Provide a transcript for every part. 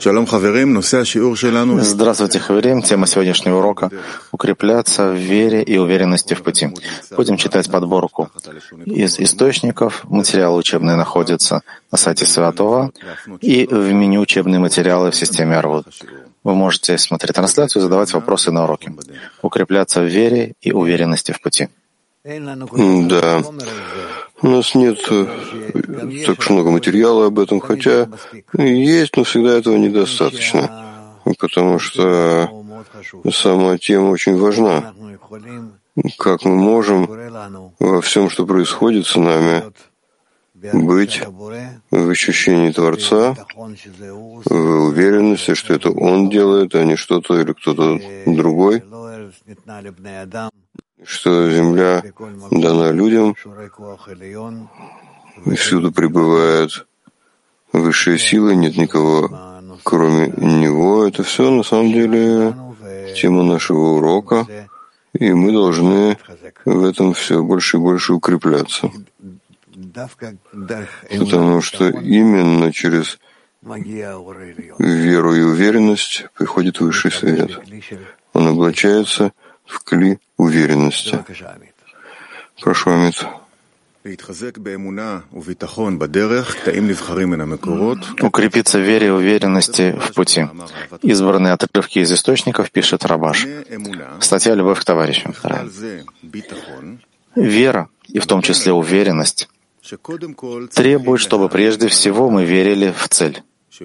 Здравствуйте, Хаверим. Тема сегодняшнего урока — укрепляться в вере и уверенности в пути. Будем читать подборку из источников. Материалы учебные находятся на сайте Святого и в меню «Учебные материалы» в системе Арвуд. Вы можете смотреть трансляцию и задавать вопросы на уроке. Укрепляться в вере и уверенности в пути. Да, у нас нет так уж много материала об этом, хотя есть, но всегда этого недостаточно, потому что сама тема очень важна. Как мы можем во всем, что происходит с нами, быть в ощущении Творца, в уверенности, что это Он делает, а не что-то или кто-то другой, что земля дана людям, и всюду пребывают высшие силы, нет никого, кроме Него. Это все на самом деле тема нашего урока, и мы должны в этом все больше и больше укрепляться. Потому что именно через веру и уверенность приходит высший свет. Он облачается в кли уверенности. Прошу, Амит. Укрепиться в вере и уверенности в пути. Избранные отрывки из источников пишет Рабаш. Статья «Любовь к товарищу». Вера, и в том числе уверенность, требует, чтобы прежде всего мы верили в цель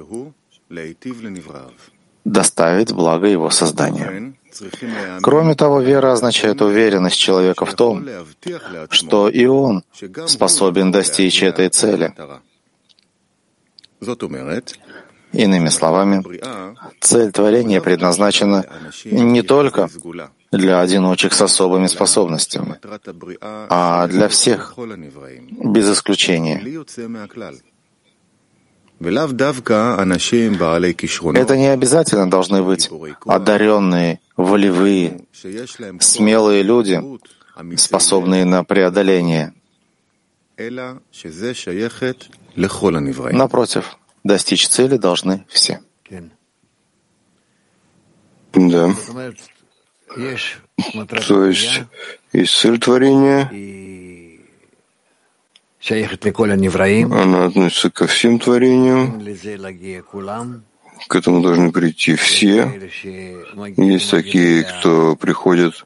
— доставить благо его создания. Кроме того, вера означает уверенность человека в том, что и он способен достичь этой цели. Иными словами, цель творения предназначена не только для одиночек с особыми способностями, а для всех, без исключения. Это не обязательно должны быть одаренные, волевые, смелые люди, способные на преодоление. Напротив, достичь цели должны все. Да. То есть цель творения, она относится ко всем творениям, к этому должны прийти все. Есть такие, кто приходит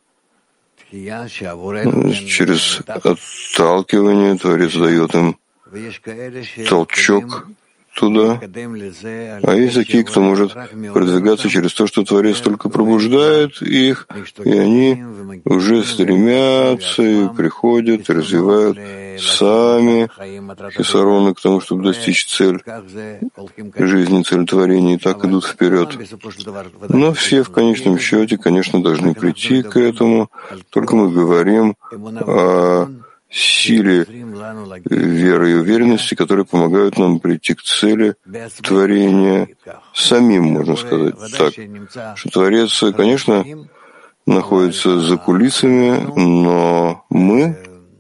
через отталкивание, Творец дает им толчок туда. А есть такие, кто может продвигаться через то, что Творец только пробуждает их, и они уже стремятся и приходят, и развивают сами хисароны к тому, чтобы достичь цель жизни, цель творения, и так идут вперед. Но все в конечном счете, конечно, должны прийти к этому. Только мы говорим о силе веры и уверенности, которые помогают нам прийти к цели творения самим, можно сказать так. Что Творец, конечно, находится за кулисами, но мы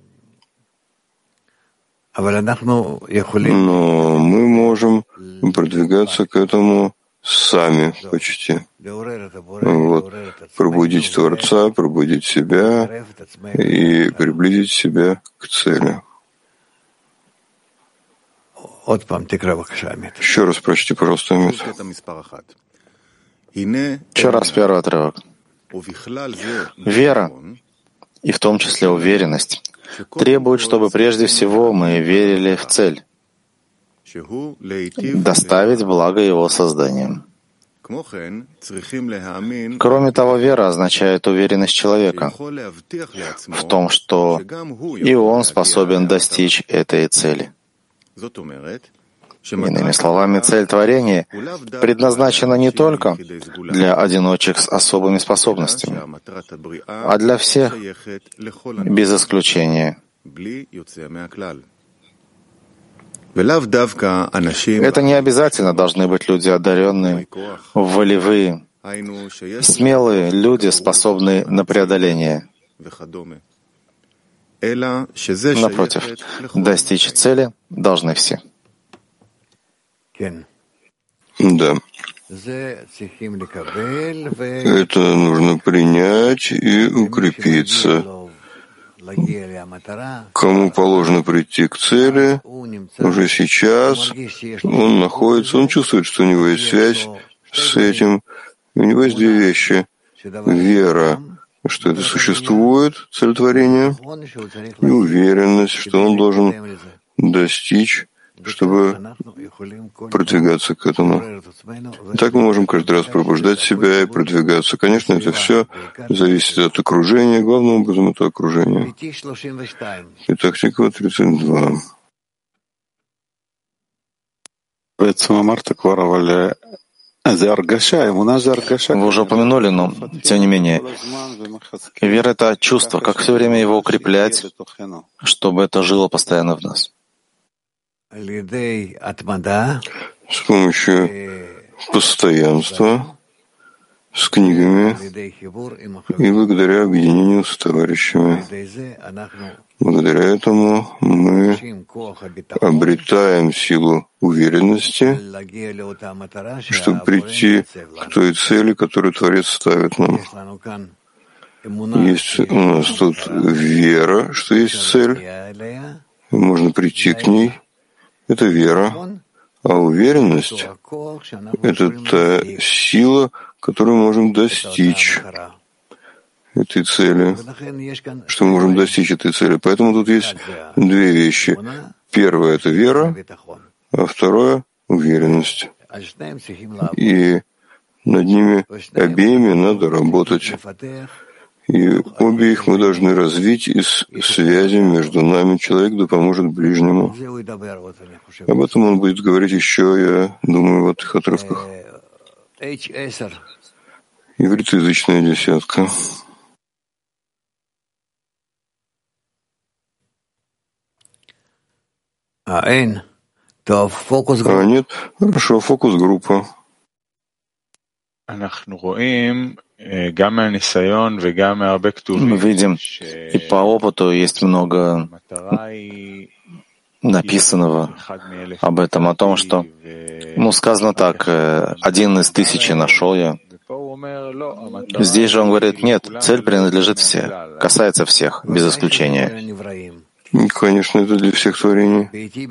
можем продвигаться к этому сами почти. Вот. Пробудить Творца, пробудить себя и приблизить себя к цели. Еще раз прочти, пожалуйста, Амит. Еще раз первый отрывок. Вера, и в том числе уверенность, требует, чтобы прежде всего мы верили в цель — доставить благо его созданием. Кроме того, вера означает уверенность человека в том, что и он способен достичь этой цели. Иными словами, цель творения предназначена не только для одиночек с особыми способностями, а для всех, без исключения. Это не обязательно должны быть люди одаренные, волевые, смелые люди, способные на преодоление. Напротив, достичь цели должны все. Да. Это нужно принять и укрепиться. Кому положено прийти к цели, уже сейчас он находится, он чувствует, что у него есть связь с этим. У него есть две вещи. Вера, что это существует, цель творения, и уверенность, что он должен достичь, чтобы продвигаться к этому. Так мы можем каждый раз пробуждать себя и продвигаться. Конечно, это все зависит от окружения. Главным образом это окружение. Итак, Тиква 32. Вы уже упомянули, но тем не менее, вера — это чувство, как все время его укреплять, чтобы это жило постоянно в нас. С помощью постоянства, с книгами и благодаря объединению с товарищами. Благодаря этому мы обретаем силу уверенности, чтобы прийти к той цели, которую Творец ставит нам. Есть у нас тут вера, что есть цель, можно прийти к ней. Это вера, а уверенность — это та сила, которую мы можем достичь этой цели, что мы можем достичь этой цели. Поэтому тут есть две вещи. Первое — это вера, а второе — уверенность. И над ними обеими надо работать. И обе их мы должны развить из связи между нами. Человек да поможет ближнему. Об этом он будет говорить еще, я думаю, в этих отрывках. Ивритоязычная десятка. Нет? Хорошо, фокус-группа. Мы видим, и по опыту есть много написанного об этом, о том, что, сказано так, 1 из 1000 нашел я. Здесь же он говорит, нет, цель принадлежит всем, касается всех, без исключения. Конечно, это для всех творений.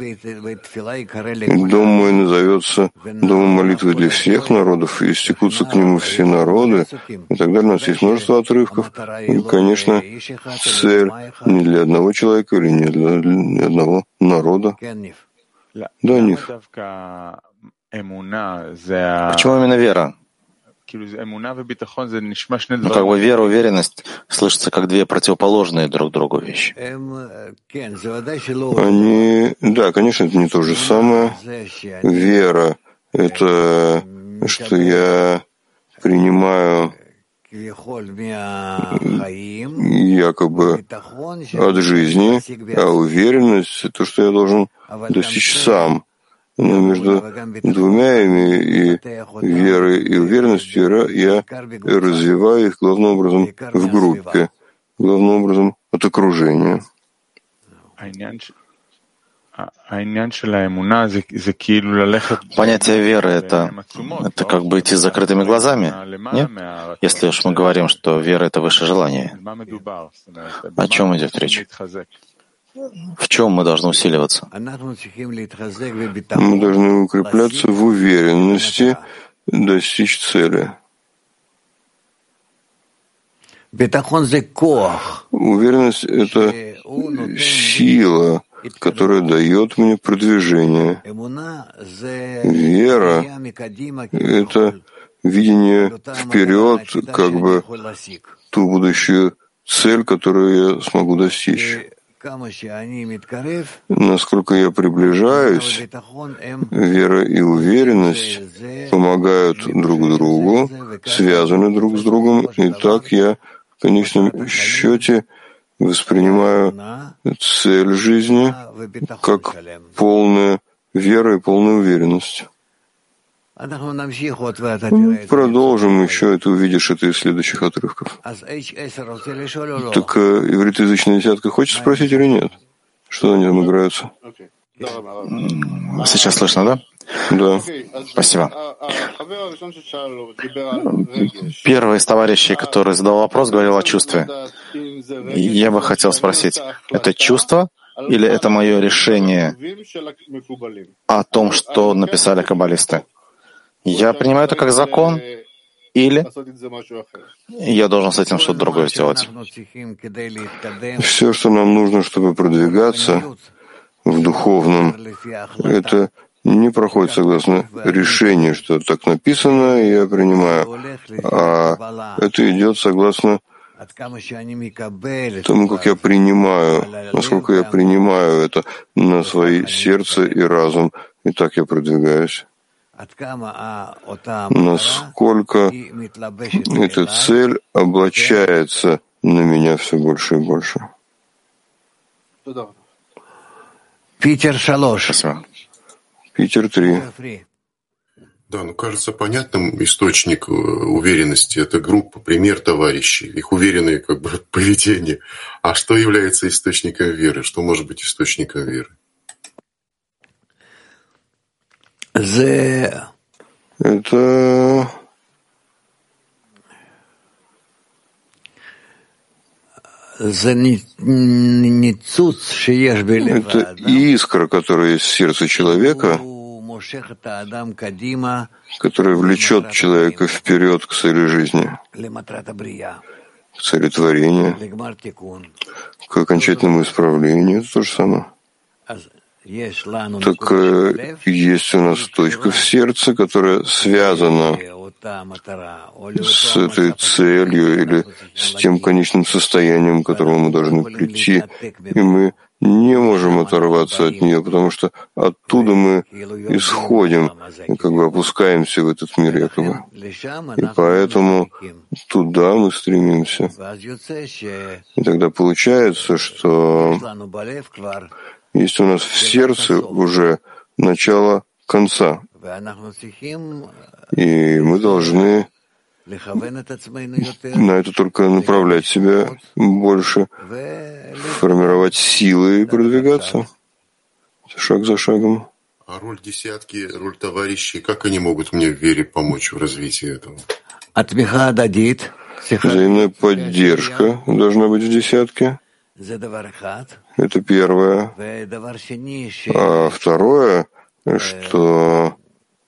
Дом мой назовется домом молитвы для всех народов, и стекутся к нему все народы, и так далее. У нас есть множество отрывков. И, конечно, цель не для одного человека или не для одного народа. Да, Ниф. Почему именно вера? Вера, уверенность слышатся как две противоположные друг другу вещи. Да, конечно, это не то же самое. Вера — это что я принимаю якобы от жизни, а уверенность — это то, что я должен достичь сам. Но между двумя ими, и верой, и уверенностью, я развиваю их главным образом в группе, главным образом от окружения. Понятие веры — это как бы идти с закрытыми глазами? Нет? Если уж мы говорим, что вера — это высшее желание. О чем идет речь? В чем мы должны усиливаться? Мы должны укрепляться в уверенности, достичь цели. Уверенность — это сила, которая дает мне продвижение. Вера — это видение вперед, как бы ту будущую цель, которую я смогу достичь. Насколько я приближаюсь, вера и уверенность помогают друг другу, связаны друг с другом, и так я в конечном счете воспринимаю цель жизни как полная вера и полная уверенность. Продолжим еще, и ты увидишь это из следующих отрывков. Так ивритоязычная десятка хочет спросить или нет? Что они там играются? Сейчас слышно, да? Да. Спасибо. Первый из товарищей, который задал вопрос, говорил о чувстве. Я бы хотел спросить, это чувство или это мое решение о том, что написали каббалисты? Я принимаю это как закон, или я должен с этим что-то другое сделать? Все, что нам нужно, чтобы продвигаться в духовном, это не проходит согласно решению, что так написано, и я принимаю, а это идет согласно тому, как я принимаю, насколько я принимаю это на свои сердце и разум, и так я продвигаюсь. Насколько эта цель облачается на меня все больше и больше. Питер 3. Спасибо. Питер 3. Да, кажется понятным источник уверенности. Это группа, пример товарищей, их уверенное поведение. А что является источником веры? Что может быть источником веры? Это искра, которая есть в сердце человека, которая влечет человека вперед к цели жизни, к цели творения, к окончательному исправлению. Это то же самое. Так есть у нас точка в сердце, которая связана с этой целью или с тем конечным состоянием, к которому мы должны прийти, и мы не можем оторваться от нее, потому что оттуда мы исходим и опускаемся в этот мир якобы. И поэтому туда мы стремимся. И тогда получается, что есть у нас в сердце уже начало конца. И мы должны на это только направлять себя больше, формировать силы и продвигаться шаг за шагом. А роль десятки, роль товарищей, как они могут мне в вере помочь в развитии этого? Взаимная поддержка должна быть в десятке. Это первое. А второе, что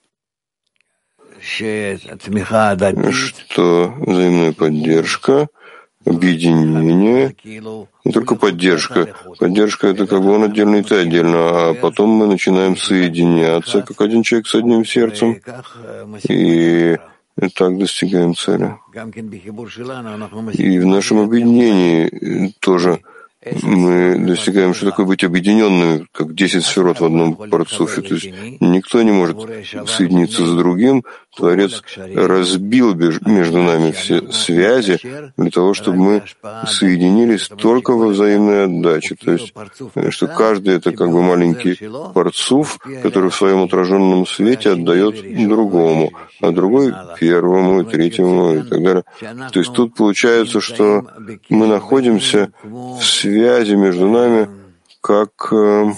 взаимная поддержка, объединение, не только поддержка. Поддержка — это он отдельно, и ты отдельно, а потом мы начинаем соединяться, как один человек с одним сердцем, и так достигаем цели. И в нашем объединении тоже мы достигаем, что такое быть объединенными, как 10 сферот в одном парцуфе. То есть никто не может соединиться с другим. Творец разбил между нами все связи для того, чтобы мы соединились только во взаимной отдаче. То есть, что каждый — это маленький парцуф, который в своем отраженном свете отдает другому, а другой — первому, третьему и так далее. То есть тут получается, что мы находимся в связи между нами как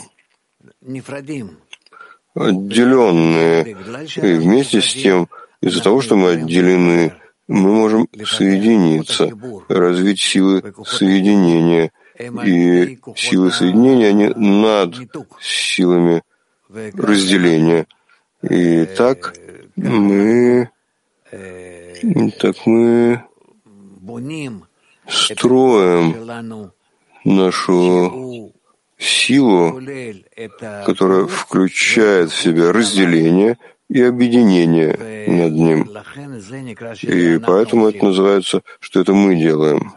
отделенные. И вместе с тем, из-за того, что мы отделены, мы можем соединиться, развить силы соединения. И силы соединения, они над силами разделения. И так мы строим нашу силу, которая включает в себя разделение и объединение над ним. И поэтому это называется, что это мы делаем.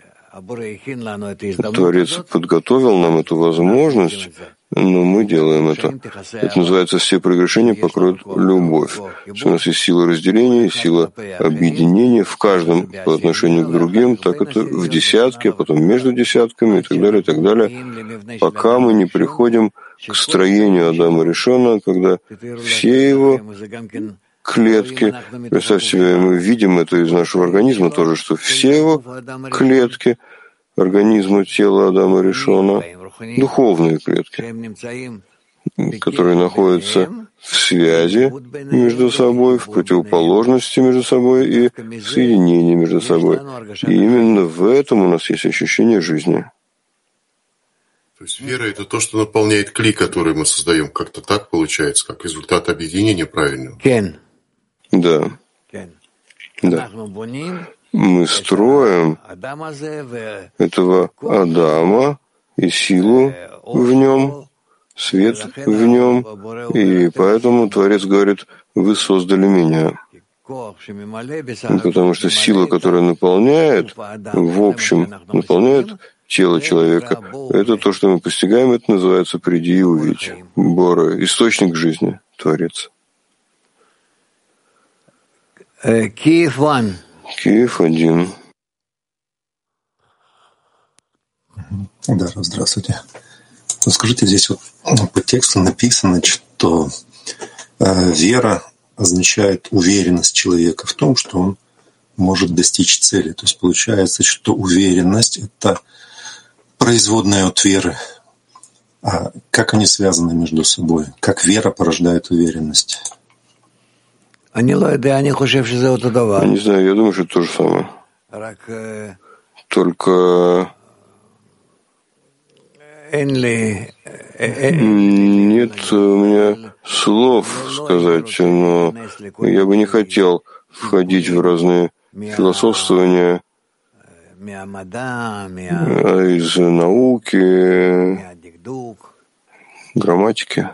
Творец подготовил нам эту возможность, но мы делаем это. Это называется «все прегрешения покроют любовь». Что у нас есть сила разделения, сила объединения в каждом по отношению к другим, так это в десятке, а потом между десятками и так далее, пока мы не приходим к строению Адама Ришона, когда все его клетки, представьте себе, мы видим это из нашего организма тоже, что все его клетки организма тела Адама Ришона, духовные клетки, которые находятся в связи между собой, в противоположности между собой и в соединении между собой. И именно в этом у нас есть ощущение жизни. То есть вера — это то, что наполняет клей, который мы создаем. Как-то так получается, как результат объединения правильного. Да. Да. Мы строим этого Адама и силу в нем, свет в нем, и поэтому Творец говорит: «Вы создали меня». Потому что сила, которая наполняет, в общем, наполняет тело человека, это то, что мы постигаем, это называется «приди и увидь». Бора, источник жизни, Творец. Киев 1. Да, здравствуйте. Скажите, здесь вот по тексту написано, что вера означает уверенность человека в том, что он может достичь цели. То есть получается, что уверенность — это производная от веры. А как они связаны между собой? Как вера порождает уверенность? Я не знаю, я думаю, что это то же самое. Только нет у меня слов сказать, но я бы не хотел входить в разные философствования из науки, грамматики.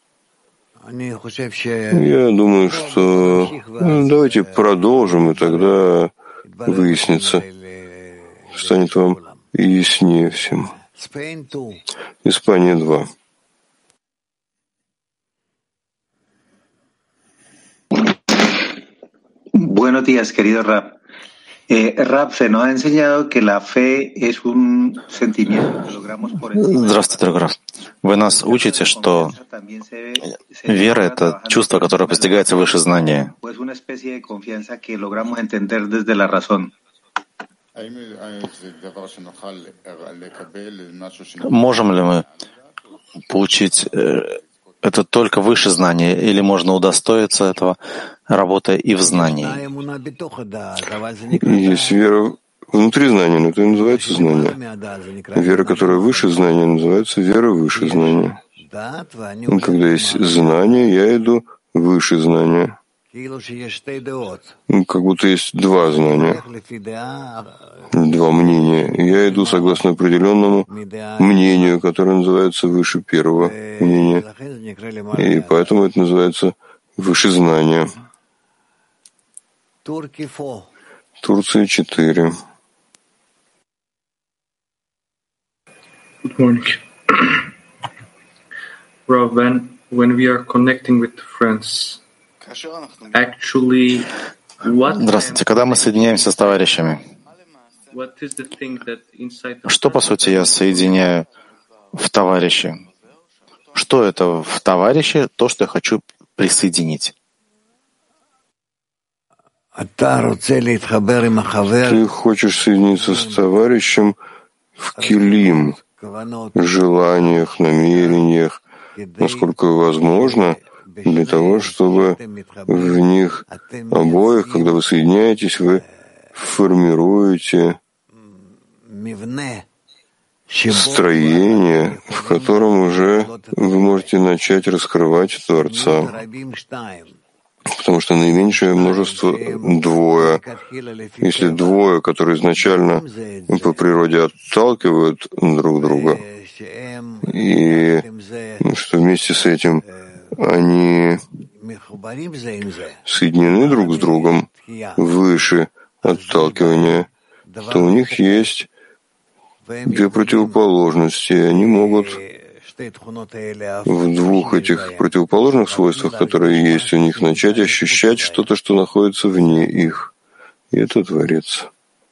Я думаю, что давайте продолжим, и тогда выяснится, станет вам яснее всем. Испания 2. Buenos días, querido Rab. Rab, se nos ha enseñado que la fe es un sentimiento que logramos por encima. Здравствуйте, дорогой Рав. Вы нас учите, что вера — это чувство, которое постигается выше знания. Можем ли мы получить это только выше знания, или можно удостоиться этого, работая и в знании? Есть вера внутри знания, но это и называется знание. Вера, которая выше знания, называется вера выше знания. И когда есть знание, я иду выше знания. Как будто есть два знания, два мнения. Я иду согласно определенному мнению, которое называется выше первого мнения. И поэтому это называется выше знания. Турция 4. Good morning. Rav, when we are connecting with friends, Здравствуйте. Когда мы соединяемся с товарищами, что, по сути, я соединяю в товарище? Что это в товарище, то, что я хочу присоединить? Ты хочешь соединиться с товарищем в килим, желаниях, намерениях, насколько возможно, для того, чтобы в них обоих, когда вы соединяетесь, вы формируете строение, в котором уже вы можете начать раскрывать Творца. Потому что наименьшее множество двое. Если двое, которые изначально по природе отталкивают друг друга, и что вместе с этим они соединены друг с другом выше отталкивания, то у них есть две противоположности. Они могут в двух этих противоположных свойствах, которые есть у них, начать ощущать что-то, что находится вне их. И это Творец.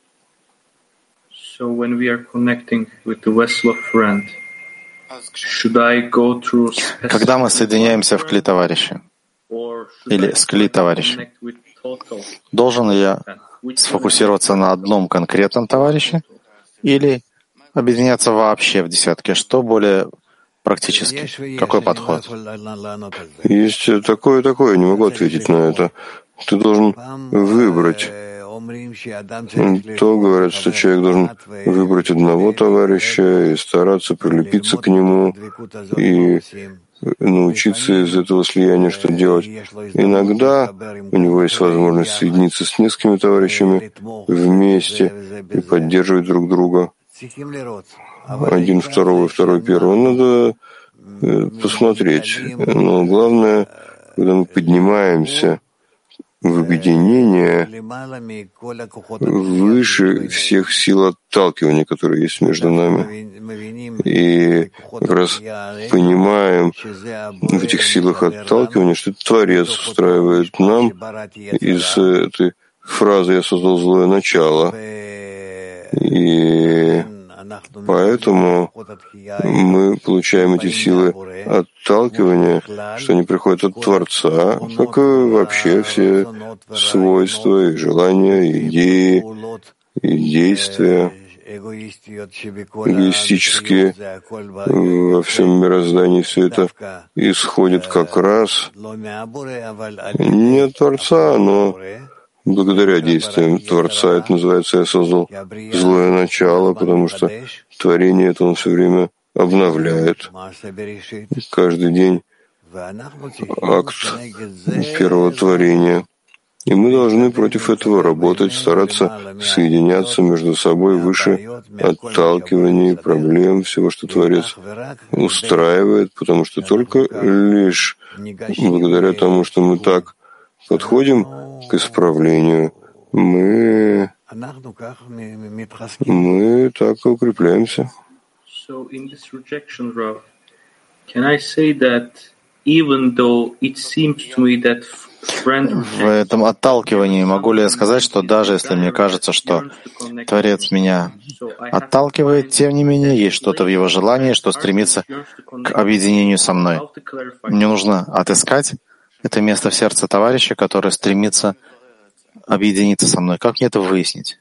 Когда мы соединяемся в кли товарища или с кли товарища, должен ли я сфокусироваться на одном конкретном товарище или объединяться вообще в десятке? Что более практически? Какой подход? Есть такое и такое, не могу ответить на это. Ты должен выбрать. То говорят, что человек должен выбрать одного товарища и стараться прилепиться к нему и научиться из этого слияния что делать. Иногда у него есть возможность соединиться с несколькими товарищами вместе и поддерживать друг друга. Один второго, второй первого. Надо посмотреть. Но главное, когда мы поднимаемся в объединение выше всех сил отталкивания, которые есть между нами. И как раз понимаем в этих силах отталкивания, что это Творец устраивает нам из этой фразы «я создал злое начало». И поэтому мы получаем эти силы отталкивания, что они приходят от Творца, как и вообще все свойства, и желания, и идеи, и действия эгоистические во всем мироздании. Все это исходит как раз не от Творца, но благодаря действиям Творца. Это называется «я создал злое начало», потому что творение это он все время обновляет. Каждый день акт первого творения. И мы должны против этого работать, стараться соединяться между собой выше отталкивания и проблем, всего, что Творец устраивает, потому что только лишь благодаря тому, что мы так подходим к исправлению, мы так и укрепляемся. So in this rejection, Rav, can I say that even though it seems to me that в этом отталкивании могу ли я сказать, что даже если мне кажется, что Творец меня отталкивает, тем не менее есть что-то в его желании, что стремится к объединению со мной. Мне нужно отыскать это место в сердце товарища, которое стремится объединиться со мной. Как мне это выяснить?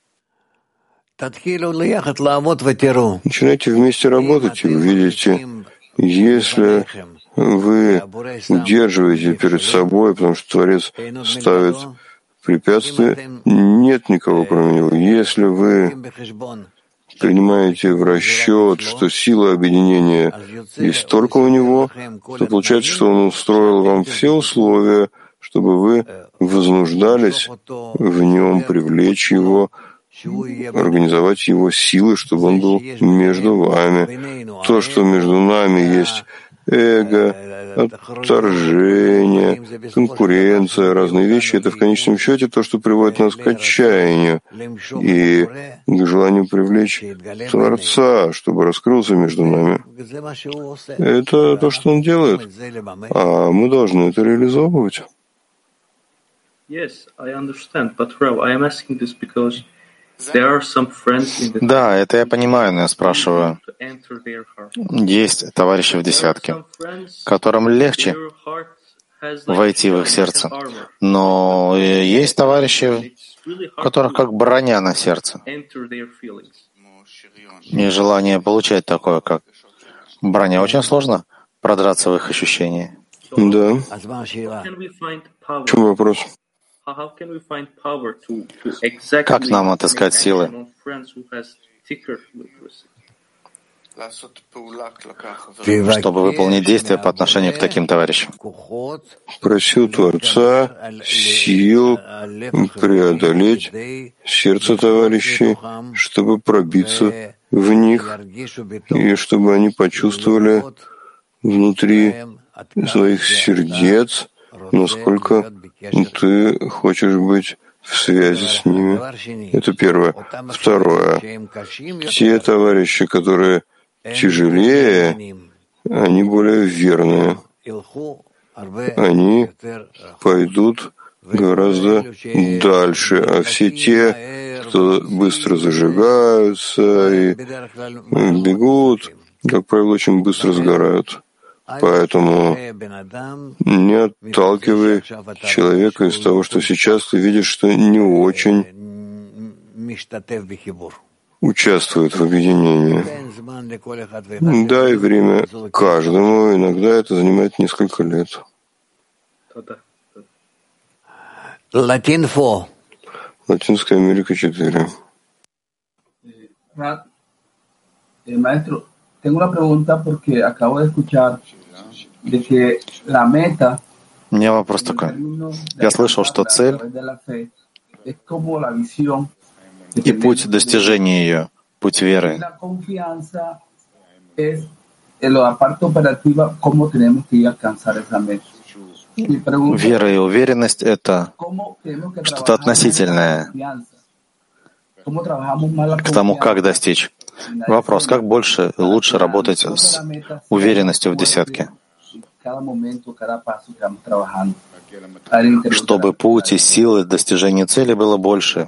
Начинайте вместе работать и увидите, если вы удерживаете перед собой, потому что Творец ставит препятствия, нет никого кроме него. Если вы принимаете в расчет, что сила объединения есть только у него, то получается, что он устроил вам все условия, чтобы вы вознуждались в нем, привлечь его, организовать его силы, чтобы он был между вами. То, что между нами есть эго, отторжение, конкуренция, разные вещи, это в конечном счете то, что приводит нас к отчаянию и к желанию привлечь Творца, чтобы раскрылся между нами. Это то, что он делает, а мы должны это реализовывать. Yes, I understand, but Rav, I am asking this because there are some friends in the Да, это я понимаю, но я спрашиваю. Есть товарищи в десятке, которым легче войти в их сердце, но есть товарищи, у которых как броня на сердце. И желание получать такое, как броня, очень сложно продраться в их ощущения. Да. В чем вопрос? Как нам отыскать силы, чтобы выполнить действия по отношению к таким товарищам? Проси у Творца сил преодолеть сердце товарищей, чтобы пробиться в них, и чтобы они почувствовали внутри своих сердец, насколько ты хочешь быть в связи с ними. Это первое. Второе. Те товарищи, которые тяжелее, они более верные. Они пойдут гораздо дальше, а все те, кто быстро зажигаются и бегут, как правило, очень быстро сгорают. Поэтому не отталкивай человека из того, что сейчас ты видишь, что не очень участвуют в объединении. Дай время каждому, иногда это занимает несколько лет. Латинская Америка 4. Maestro, tengo una pregunta porque acabo de escuchar de que la meta. У меня вопрос такой. Я слышал, что цель и путь достижения ее, путь веры. Вера и уверенность — это что-то относительное к тому, как достичь. Вопрос, как больше и лучше работать с уверенностью в десятке, чтобы путь и силы достижения цели было больше.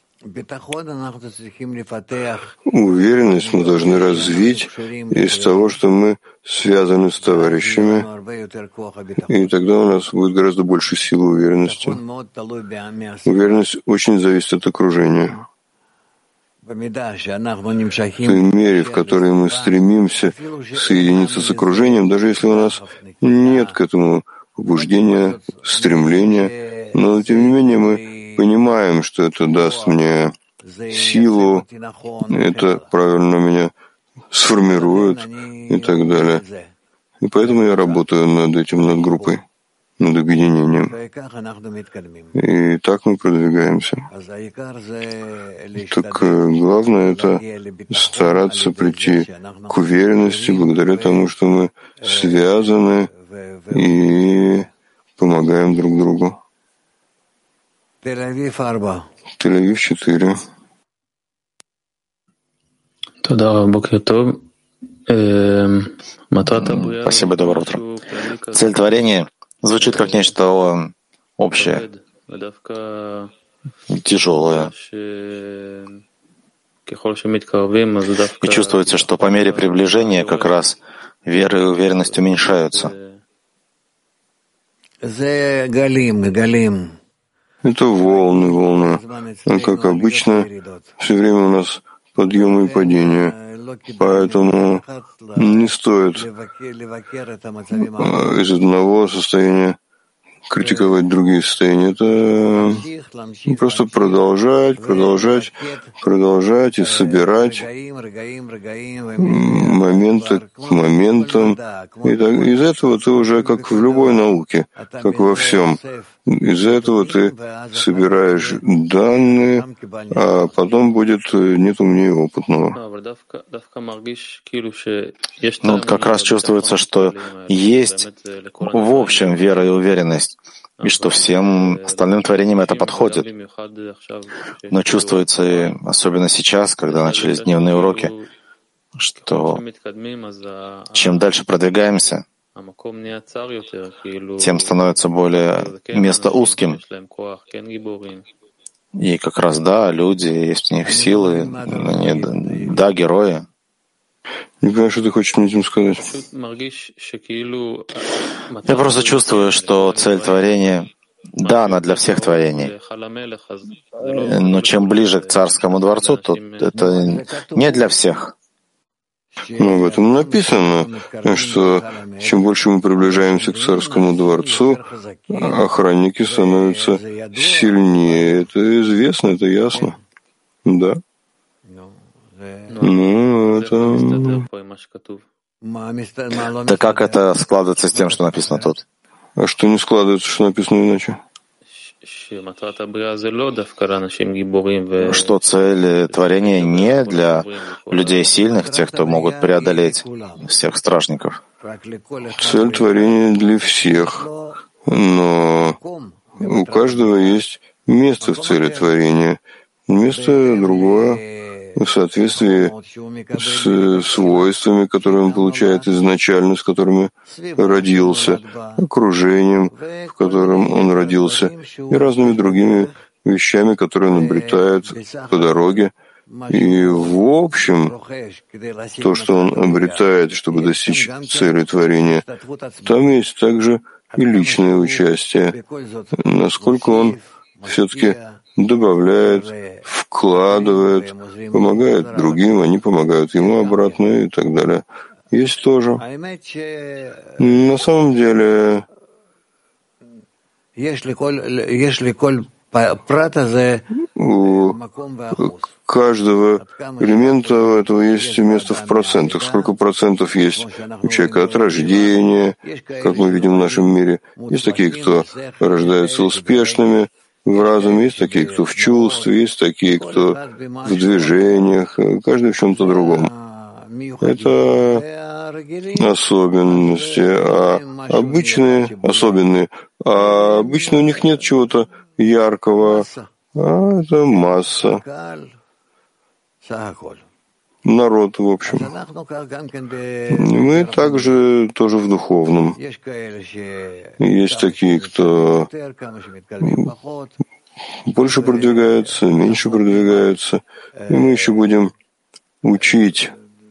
Уверенность мы должны развить из того, что мы связаны с товарищами, и тогда у нас будет гораздо больше силы уверенности. Уверенность очень зависит от окружения. В той мере, в которой мы стремимся соединиться с окружением, даже если у нас нет к этому побуждения, стремления, но тем не менее мы понимаем, что это даст мне силу, это правильно меня сформирует и так далее. И поэтому я работаю над этим, над группой, над объединением. И так мы продвигаемся. Так главное — это стараться прийти к уверенности благодаря тому, что мы связаны и помогаем друг другу. Тель-Авив 4. Спасибо, доброе утро. Цель творения звучит как нечто общее, тяжелое. И чувствуется, что по мере приближения как раз вера и уверенность уменьшаются. Это волны. А как обычно, все время у нас подъемы и падения. Поэтому не стоит из одного состояния критиковать другие состояния. Это просто продолжать и собирать моменты к моментам. И так, из этого ты уже, как в любой науке, как во всем, из этого ты собираешь данные, а потом будет нет умнее опытного. Ну, как раз чувствуется, что есть в общем вера и уверенность, и что всем остальным творениям это подходит. Но чувствуется, и особенно сейчас, когда начались дневные уроки, что чем дальше продвигаемся, тем становится более место узким. И как раз, да, люди, есть у них силы, они, да, герои. Не понимаю, что ты хочешь мне этим сказать. Я просто чувствую, что цель творения, да, она для всех творений. Но чем ближе к царскому дворцу, то это не для всех. Ну, в этом написано, что чем больше мы приближаемся к царскому дворцу, охранники становятся сильнее. Это известно, это ясно. Да. Ну, это... Да как это складывается с тем, что написано тут? А что не складывается, что написано иначе? Что цель творения не для людей сильных, тех, кто могут преодолеть всех стражников. Цель творения для всех, но у каждого есть место в цели творения. Место другое в соответствии с свойствами, которые он получает изначально, с которыми родился, окружением, в котором он родился, и разными другими вещами, которые он обретает по дороге. И в общем, то, что он обретает, чтобы достичь цели творения, там есть также и личное участие, насколько он все-таки добавляет, вкладывает, помогает другим, они помогают ему обратно и так далее. Есть тоже. На самом деле, у каждого элемента этого есть место в процентах. Сколько процентов есть у человека от рождения, как мы видим в нашем мире. Есть такие, кто рождаются успешными в разуме, есть такие, кто в чувстве, есть такие, кто в движениях, каждый в чем-то другом. Это особенности, особенные. А обычно у них нет чего-то яркого, а это масса. Народ, в общем. Мы также тоже в духовном. Есть такие, кто больше продвигается, меньше продвигается. И мы еще будем учить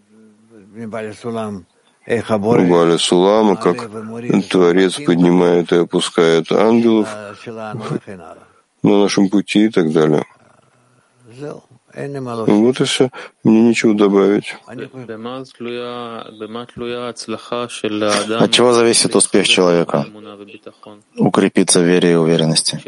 Баля Сулама, как Творец поднимает и опускает ангелов на нашем пути и так далее. Вот и все. Мне нечего добавить. От чего зависит успех человека? Укрепиться в вере и уверенности.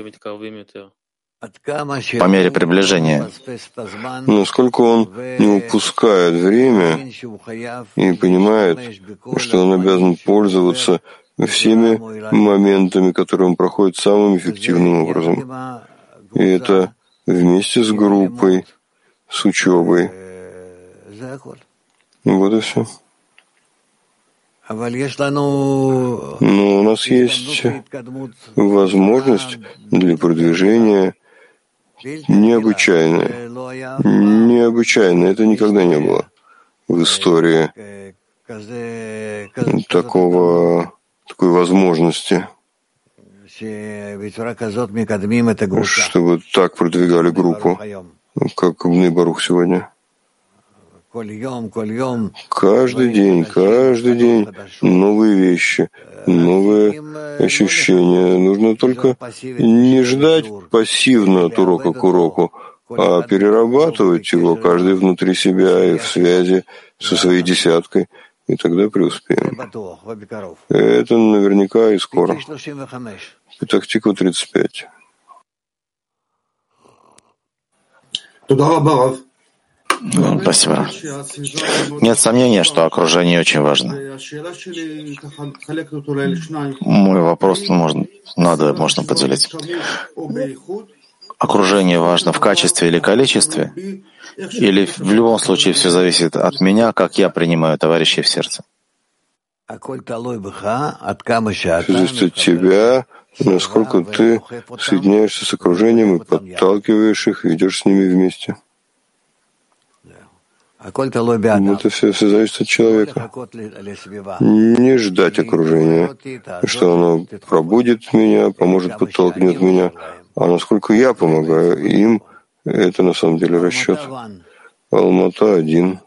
По мере приближения. Насколько он не упускает время и понимает, что он обязан пользоваться всеми моментами, которые он проходит самым эффективным образом. И это вместе с группой, с учебой. Вот и все. Но у нас есть возможность для продвижения необычайная. Необычайная. Это никогда не было в истории такой возможности, чтобы так продвигали группу, как Бней Барух сегодня. Каждый день новые вещи, новые ощущения. Нужно только не ждать пассивно от урока к уроку, а перерабатывать его каждый внутри себя и в связи со своей десяткой, и тогда преуспеем. Это наверняка и скоро. Петах-Тиква 35. Спасибо. Нет сомнения, что окружение очень важно. Мой вопрос можно поделить. Окружение важно в качестве или количестве? Или в любом случае все зависит от меня, как я принимаю товарищей в сердце? Все зависит от тебя, насколько ты соединяешься с окружением и подталкиваешь их, и идешь с ними вместе. Это все зависит от человека. Не ждать окружения, что оно пробудит меня, поможет, подтолкнет меня. А насколько я помогаю им, это на самом деле расчет. Алмата 1.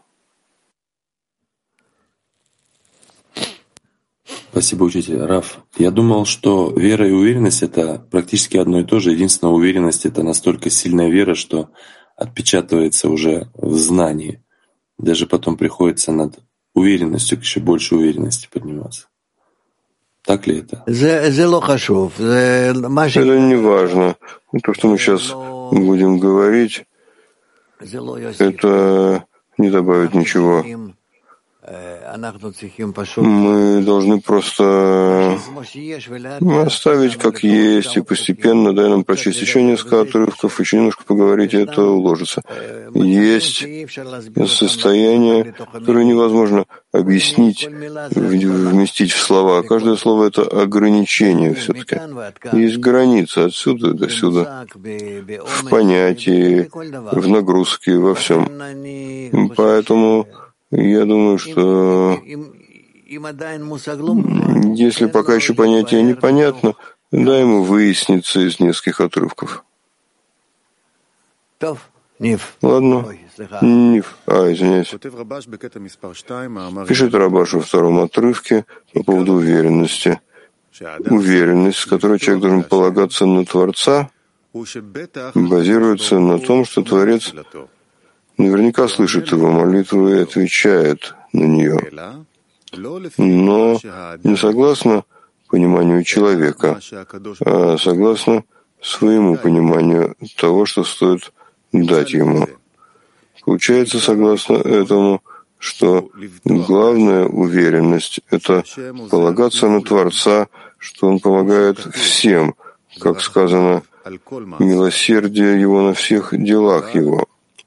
Спасибо, учитель. Раф, я думал, что вера и уверенность — это практически одно и то же. Единственная уверенность — это настолько сильная вера, что отпечатывается уже в знании. Даже потом приходится над уверенностью, к еще большей уверенности подниматься. Так ли это? Это не важно. То, что мы сейчас будем говорить, это не добавит ничего. Мы должны просто оставить как есть и постепенно, дай нам прочесть еще несколько отрывков, еще немножко поговорить, и это уложится. Есть состояние, которое невозможно объяснить, вместить в слова. Каждое слово — это ограничение все-таки. Есть граница отсюда до сюда, в понятии, в нагрузке, во всем. Поэтому я думаю, что если пока еще понятие непонятно, дай ему выясниться из нескольких отрывков. Ладно? Ниф. Извиняюсь. Пишет Рабаш во втором отрывке по поводу уверенности. Уверенность, с которой человек должен полагаться на Творца, базируется на том, что Творец наверняка слышит его молитву и отвечает на нее, но не согласно пониманию человека, а согласно своему пониманию того, что стоит дать ему. Получается, согласно этому, что главная уверенность — это полагаться на Творца, что Он помогает всем, как сказано, милосердие Его на всех делах Его.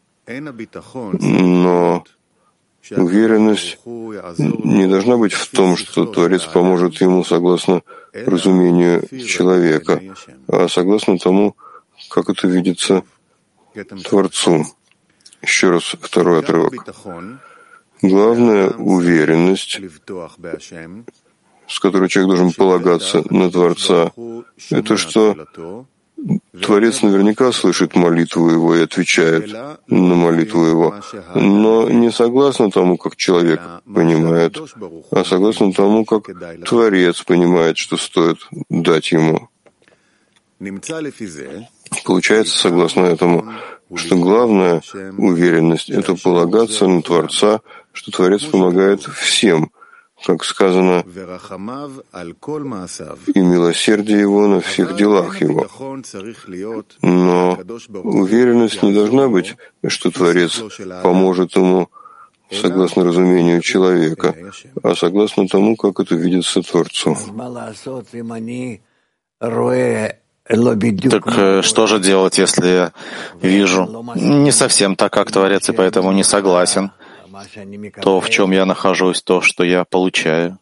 Но уверенность не должна быть в том, что Творец поможет ему согласно разумению человека, а согласно тому, как это видится Творцу. Еще раз второй отрывок. Главная уверенность, с которой человек должен полагаться на Творца, это что Творец наверняка слышит молитву его и отвечает на молитву его, но не согласно тому, как человек понимает, а согласно тому, как Творец понимает, что стоит дать ему. Получается, согласно этому, что главная уверенность — это полагаться на Творца, что Творец помогает всем, как сказано, и милосердие Его на всех делах Его. Но уверенность не должна быть, что Творец поможет ему согласно разумению человека, а согласно тому, как это видится Творцу. Так что же делать, если я вижу не совсем так, как Творец, и поэтому не согласен? То, в чем я нахожусь, то, что я получаю.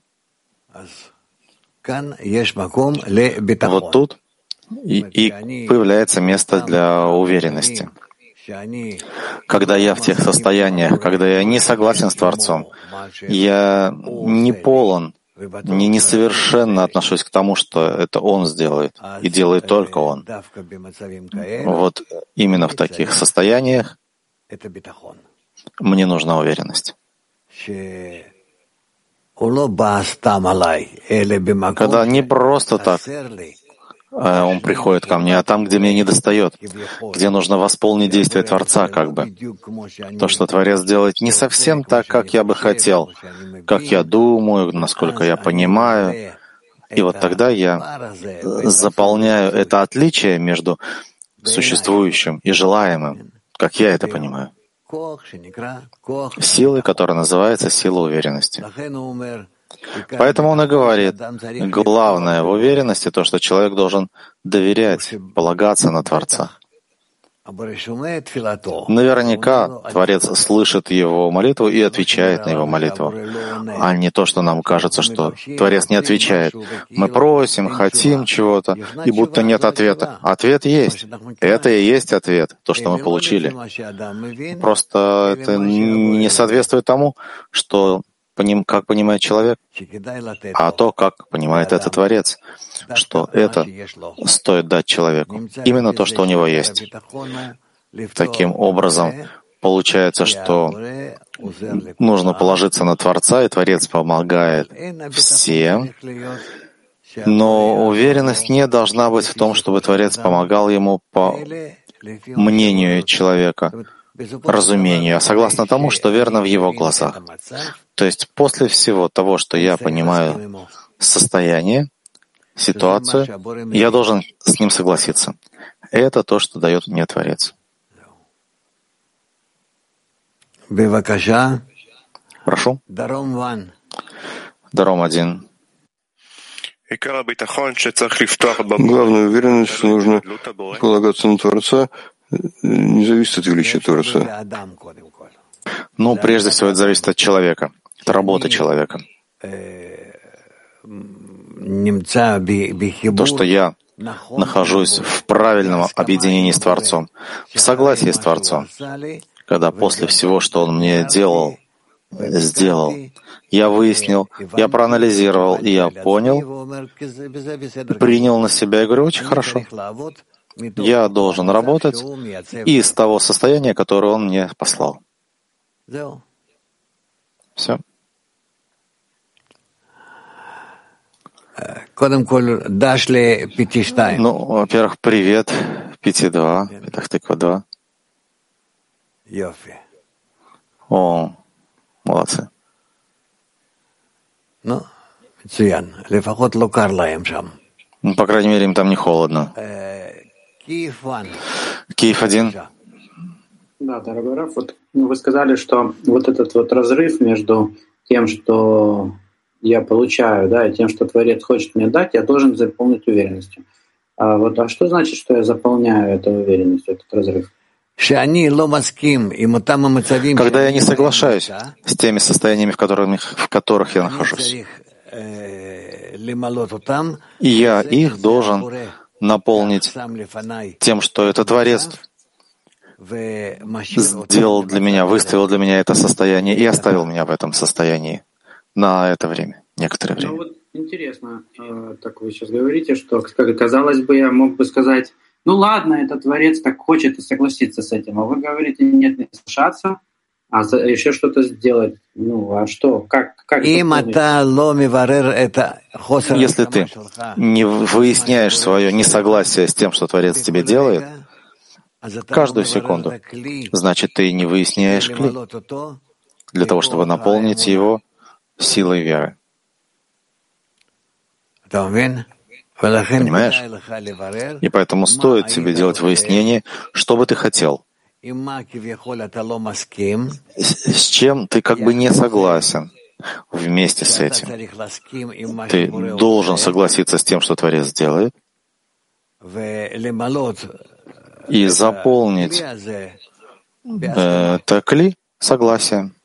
Вот тут и появляется место для уверенности. Когда я в тех состояниях, когда я не согласен с Творцом, я не полон, не несовершенно отношусь к тому, что это Он сделает, и делает только Он. Вот именно в таких состояниях мне нужна уверенность. Когда не просто так Он приходит ко мне, а там, где мне недостает, где нужно восполнить действие Творца, как бы. То, что Творец делает не совсем так, как я бы хотел, как я думаю, насколько я понимаю. И вот тогда я заполняю это отличие между существующим и желаемым, как я это понимаю, силой, которая называется сила уверенности. Поэтому он и говорит, главное в уверенности то, что человек должен доверять, полагаться на Творца. Наверняка Творец слышит его молитву и отвечает на его молитву, а не то, что нам кажется, что Творец не отвечает. Мы просим, хотим чего-то, и будто нет ответа. Ответ есть. Это и есть ответ, то, что мы получили. Просто это не соответствует тому, что как понимает человек, а то, как понимает это Творец, что это стоит дать человеку. Именно то, что у него есть. Таким образом, получается, что нужно положиться на Творца, и Творец помогает всем, но уверенность не должна быть в том, чтобы Творец помогал ему по мнению человека, разумению, а согласно тому, что верно в его глазах. То есть после всего того, что я понимаю состояние, ситуацию, я должен с ним согласиться. Это то, что дает мне Творец. Прошу. Даром 1. Главная уверенность, что нужно полагаться на Творца, не зависит от величия Творца. Ну, прежде всего, это зависит от человека, от работы человека. То, что я нахожусь в правильном объединении с Творцом, в согласии с Творцом, когда после всего, что Он мне сделал, я выяснил, я проанализировал, и я понял, принял на себя и говорю, очень хорошо. Я должен работать из того состояния, которое Он мне послал. Все. Ну, во-первых, привет 5:2, Петах-Тиква 2. О, молодцы. Ну, по крайней мере, им там не холодно. Киев 1. Да, дорогой Раф, вот вы сказали, что вот этот вот разрыв между тем, что я получаю, да, и тем, что Творец хочет мне дать, я должен заполнить уверенностью. А что значит, что я заполняю эту уверенность, этот разрыв? Когда я не соглашаюсь с теми состояниями, в которых я нахожусь, и я их должен наполнить тем, что этот Творец сделал для меня, выставил для меня это состояние и оставил меня в этом состоянии на это время, некоторое время. Ну вот интересно, так вы сейчас говорите, что, казалось бы, я мог бы сказать, ну ладно, этот Творец так хочет и согласиться с этим, а вы говорите, нет, не соглашаться, а еще что-то сделать. Ну, а что? Как Если ты не выясняешь свое несогласие с тем, что Творец тебе делает, каждую секунду, значит, ты не выясняешь кли для того, чтобы наполнить его силой веры. Понимаешь? И поэтому стоит тебе делать выяснение, что бы ты хотел, с чем ты как бы не согласен. Вместе с этим ты должен согласиться с тем, что Творец делает, и заполнить это кли согласием,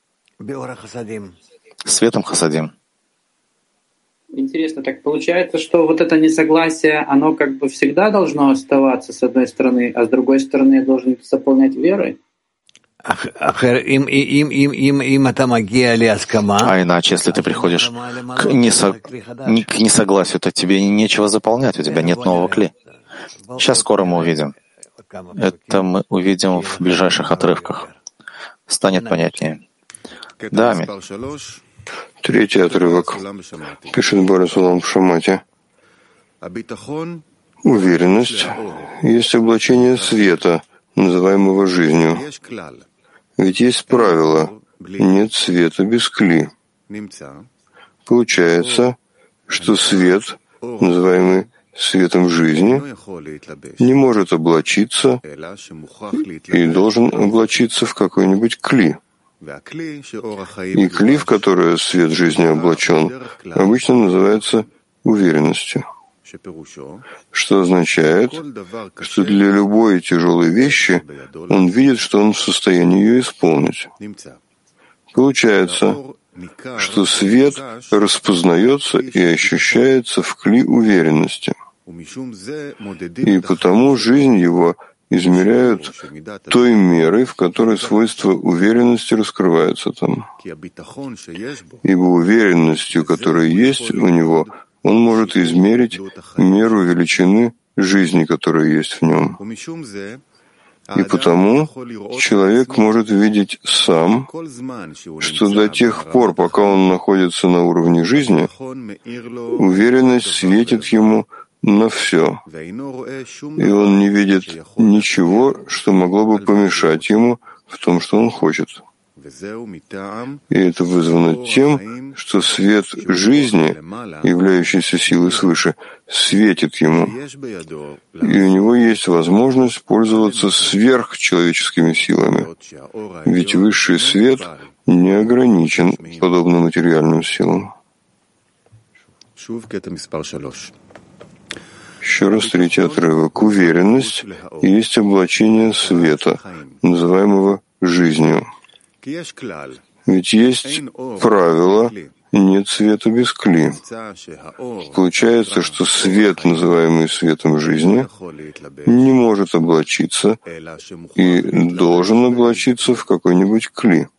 светом хасадим. Интересно, так получается, что вот это несогласие, оно как бы всегда должно оставаться с одной стороны, а с другой стороны я должен это заполнять верой? А иначе, если ты приходишь к несогласию, то тебе нечего заполнять, у тебя нет нового кли. Сейчас скоро мы увидим. Это мы увидим в ближайших отрывках. Станет понятнее. Да, Амин. 3-й отрывок. Пишет Борис Улам в Шамате. Уверенность есть облачение света, называемого жизнью. Ведь есть правило: нет света без кли. Получается, что свет, называемый светом жизни, не может облачиться и должен облачиться в какой-нибудь кли. И кли, в которое свет жизни облачен, обычно называется уверенностью, что означает, что для любой тяжелой вещи он видит, что он в состоянии ее исполнить. Получается, что свет распознается и ощущается в кли уверенности, и потому жизнь его измеряют той мерой, в которой свойства уверенности раскрываются там. Ибо уверенностью, которая есть у него, он может измерить меру величины жизни, которая есть в нем. И потому человек может видеть сам, что до тех пор, пока он находится на уровне жизни, уверенность светит ему на все, и он не видит ничего, что могло бы помешать ему в том, что он хочет. И это вызвано тем, что свет жизни, являющийся силой свыше, светит ему, и у него есть возможность пользоваться сверхчеловеческими силами, ведь высший свет не ограничен подобно материальным силам. Еще раз 3-й отрывок. Уверенность есть облачение света, называемого жизнью. Ведь есть правило «нет света без кли». Получается, что свет, называемый светом жизни, не может облачиться и должен облачиться в какой-нибудь кли.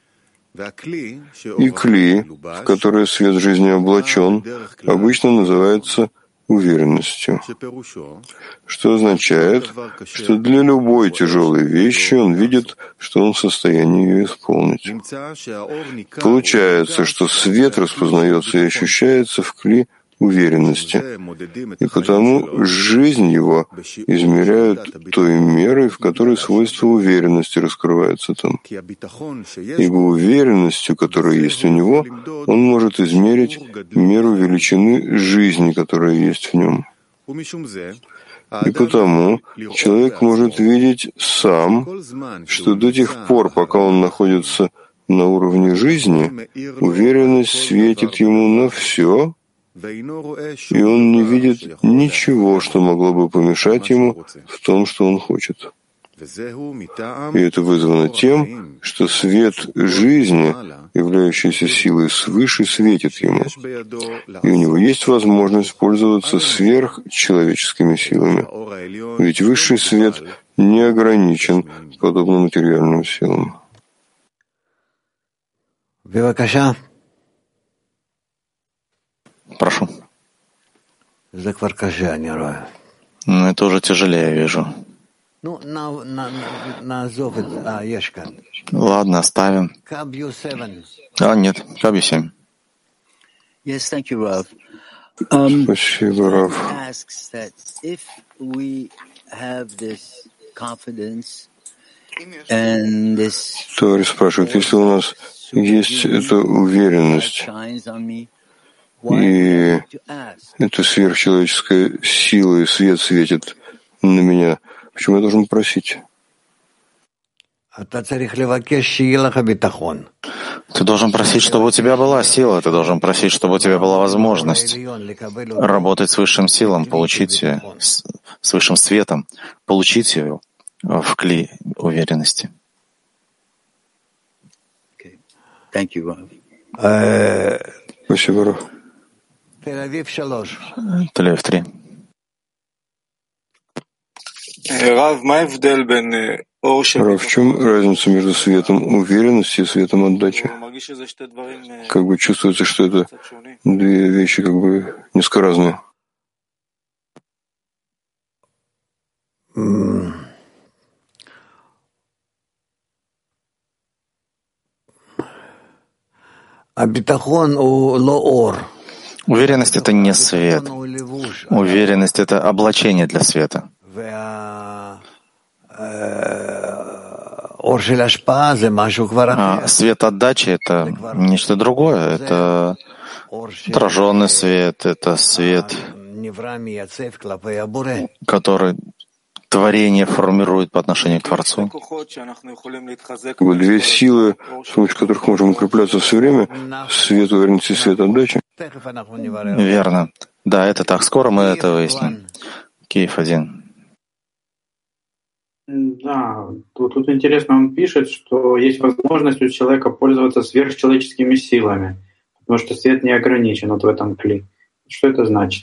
И кли, в которое свет жизни облачен, обычно называется уверенностью, что означает, что для любой тяжелой вещи он видит, что он в состоянии ее исполнить. Получается, что свет распознается и ощущается в кли уверенности, и потому жизнь его измеряют той мерой, в которой свойства уверенности раскрываются там. Ибо уверенностью, которая есть у него, он может измерить меру величины жизни, которая есть в нем. И потому человек может видеть сам, что до тех пор, пока он находится на уровне жизни, уверенность светит ему на все, и он не видит ничего, что могло бы помешать ему в том, что он хочет. И это вызвано тем, что свет жизни, являющийся силой свыше, светит ему. И у него есть возможность пользоваться сверхчеловеческими силами. Ведь высший свет не ограничен подобно материальным силам. Прошу. Но это уже тяжелее, я вижу. Ладно, оставим. Нет, Кабью 7. Спасибо, Рав. Товарищ спрашивает, если у нас есть эта уверенность, и эта сверхчеловеческая сила и свет светит на меня, почему я должен просить? Ты должен просить, чтобы у тебя была сила, ты должен просить, чтобы у тебя была возможность работать с высшим силом, получить с высшим светом, получить ее в кли уверенности. Спасибо, Рав. Тель-Авив 3. Рав, в чем разница между светом уверенности и светом отдачи? Как бы чувствуется, что это две вещи как бы несколько разные. Уверенность — это не свет. Уверенность — это облачение для света. А свет отдачи — это нечто другое. Это отраженный свет, это свет, который творение формирует по отношению к Творцу. Две силы, с помощью которых можем укрепляться все время, свет уверенности и свет отдачи. Верно. Да, это так. Скоро мы это выясним. Киев 1. Да, тут интересно, он пишет, что есть возможность у человека пользоваться сверхчеловеческими силами, потому что свет не ограничен вот в этом кли. Что это значит?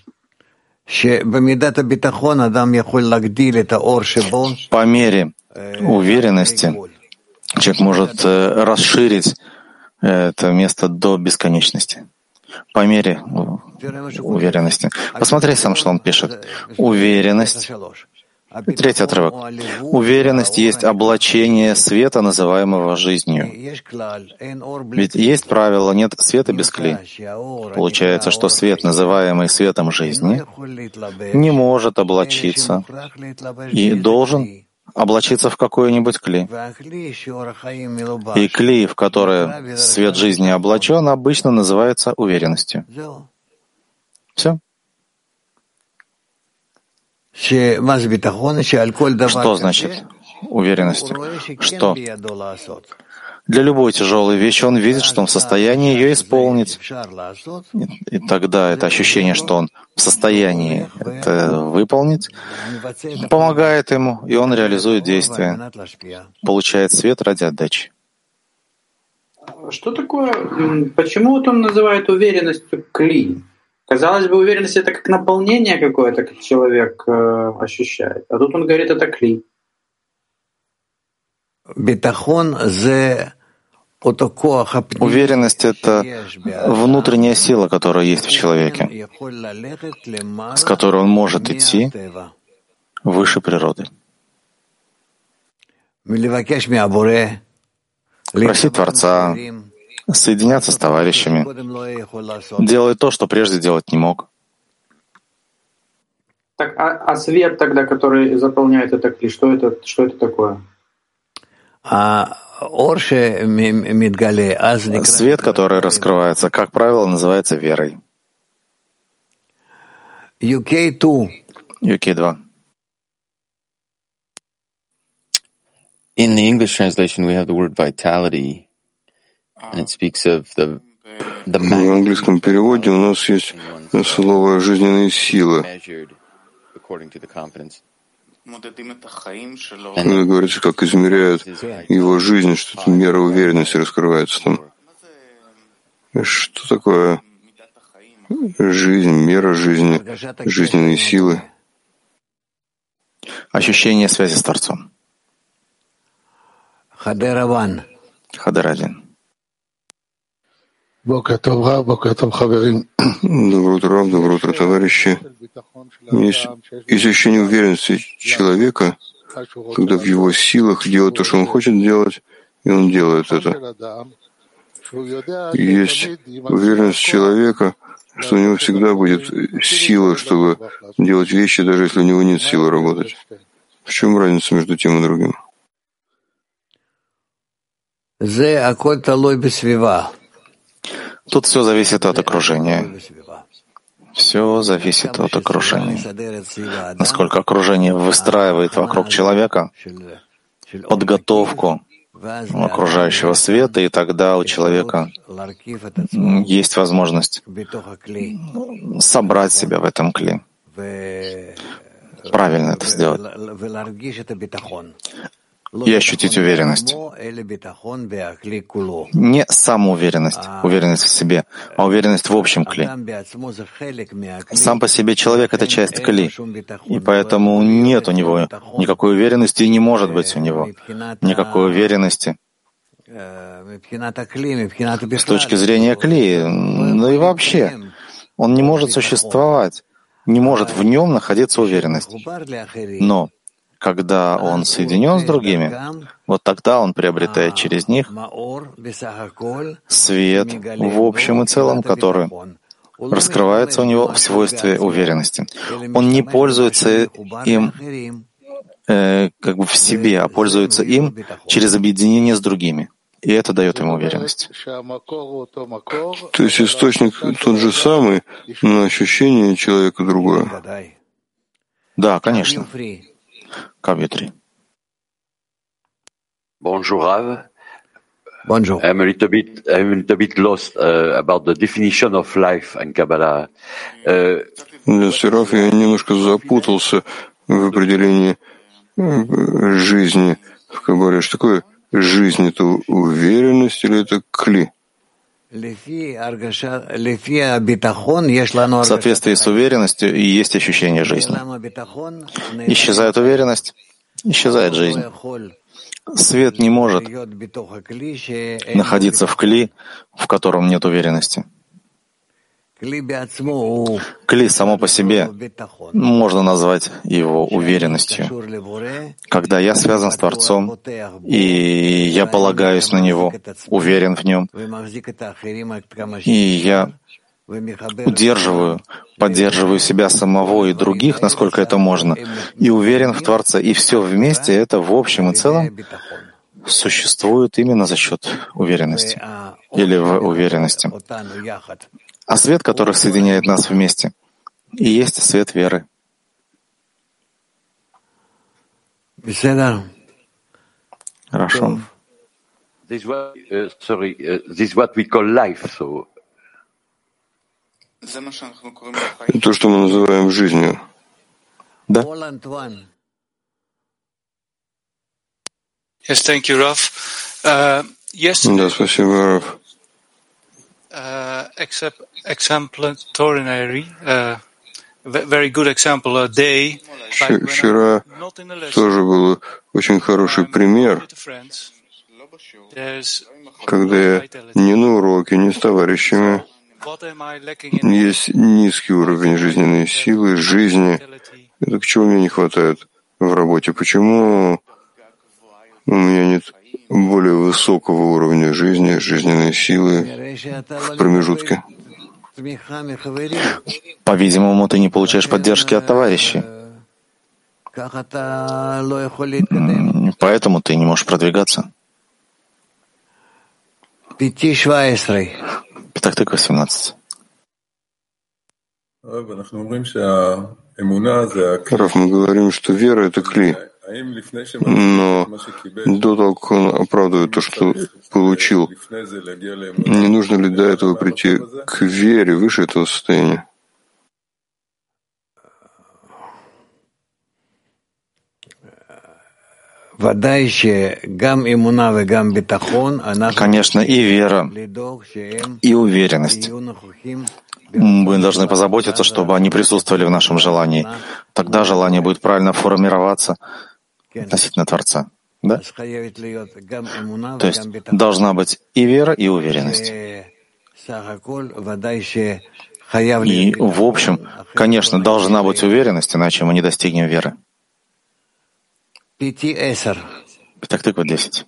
По мере уверенности человек может расширить это место до бесконечности. По мере уверенности. Посмотри сам, что он пишет. Уверенность. Третий отрывок. Уверенность есть облачение света, называемого жизнью. Ведь есть правило, нет света без кли. Получается, что свет, называемый светом жизни, не может облачиться и должен облачиться в какой-нибудь кли. И кли, в который свет жизни облачен, обычно называется уверенностью. Все. Что значит уверенность? Что для любой тяжелой вещи он видит, что он в состоянии ее исполнить. И тогда это ощущение, что он в состоянии это выполнить, помогает ему, и он реализует действия, получает свет ради отдачи. Что такое, почему вот он называет уверенностью кли? Казалось бы, уверенность — это как наполнение какое-то, как человек ощущает. А тут он говорит, это кли. Уверенность — это внутренняя сила, которая есть в человеке, с которой он может идти выше природы. Просить Творца, соединяться с товарищами, делать то, что прежде делать не мог. Так, а свет тогда, который заполняет это кли, что это такое? Свет, который раскрывается, как правило, называется верой. UK2. In the English translation, we have the word vitality, and it speaks of the В английском переводе у нас есть слово «жизненные силы». Когда говорится, как измеряют его жизнь, что мера уверенности раскрывается там. Что такое жизнь, мера жизни, жизненные силы? Ощущение связи с Творцом. Хадер-1. Доброе утро, товарищи. Есть ощущение уверенности человека, когда в его силах делать то, что он хочет делать, и он делает это. Есть уверенность человека, что у него всегда будет сила, чтобы делать вещи, даже если у него нет силы работать. В чем разница между тем и другим? Тут все зависит от окружения. Все зависит от окружения. Насколько окружение выстраивает вокруг человека подготовку окружающего света, и тогда у человека есть возможность собрать себя в этом кли. Правильно это сделать. И ощутить уверенность. Не самоуверенность, уверенность в себе, а уверенность в общем кли. Сам по себе человек — это часть кли, и поэтому нет у него никакой уверенности, и не может быть у него никакой уверенности с точки зрения кли, ну и вообще. Он не может существовать, не может в нем находиться уверенность. Но когда он соединен с другими, вот тогда он приобретает через них свет в общем и целом, который раскрывается у него в свойстве уверенности. Он не пользуется им как бы в себе, а пользуется им через объединение с другими. И это дает ему уверенность. То есть источник тот же самый, но ощущение человека другое. Да, конечно. Кавьютри. Bonjour, Rav. Bonjour. I'm a little bit lost about the definition of life in Kabbalah. Раф, я немножко запутался в определении жизни в Каббале. Что такое жизнь? Это уверенность или это кли? В соответствии с уверенностью и есть ощущение жизни. Исчезает уверенность, исчезает жизнь. Свет не может находиться в кли, в котором нет уверенности. Кли само по себе можно назвать его уверенностью. Когда я связан с Творцом, и я полагаюсь на Него, уверен в Нем, и я поддерживаю себя самого и других, насколько это можно, и уверен в Творце, и все вместе это в общем и целом существует именно за счет уверенности или в уверенности. А свет, который соединяет нас вместе, и есть свет веры. Хорошо. This is what we call life. So. То, что мы называем жизнью. Да. Yes, thank you, Rav. Да, спасибо, Раф. Exemplary, very good example, a day. Вчера тоже был очень хороший пример, когда я не на уроке, не с товарищами. Есть низкий уровень жизненной силы, жизни. Это к чему мне не хватает в работе? Почему у меня нет более высокого уровня жизни, жизненной силы в промежутке? По-видимому, ты не получаешь поддержки от товарищей. Поэтому ты не можешь продвигаться. Петах-Тыква, 17. Раф, мы говорим, что вера — это кли. Но до того, как он оправдывает то, что получил, не нужно ли до этого прийти к вере выше этого состояния? Конечно, и вера, и уверенность. Мы должны позаботиться, чтобы они присутствовали в нашем желании. Тогда желание будет правильно формироваться относительно Творца. Да? То есть должна быть и вера, и уверенность. И в общем, конечно, должна быть уверенность, иначе мы не достигнем веры. Петах-Тыква, 10.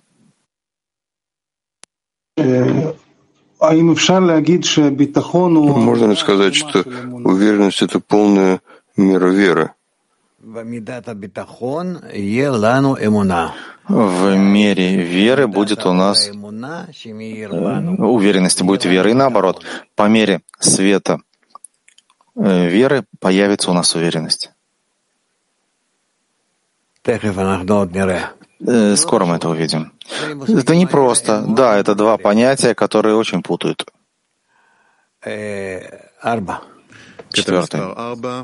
Можно ли сказать, что уверенность — это полная мера веры? В мере веры будет у нас уверенность, будет вера. И наоборот, по мере света веры появится у нас уверенность. Скоро мы это увидим. Это не просто. Да, это два понятия, которые очень путают. Четвертый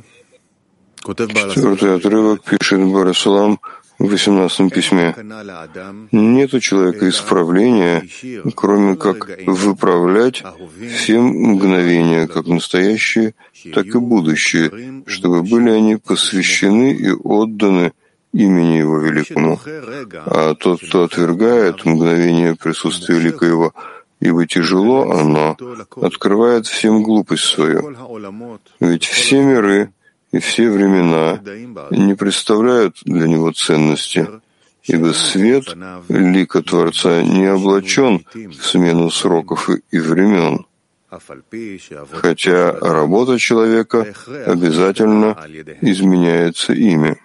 отрывок пишет Бар-Салам в 18-м письме. Нет у человека исправления, кроме как выправлять все мгновения, как настоящие, так и будущие, чтобы были они посвящены и отданы имени Его великому. А тот, кто отвергает мгновение присутствия лика Его, ибо тяжело оно, открывает всем глупость свою. Ведь все миры и все времена не представляют для него ценности, ибо свет лика Творца не облачен в смену сроков и времен, хотя работа человека обязательно изменяется ими.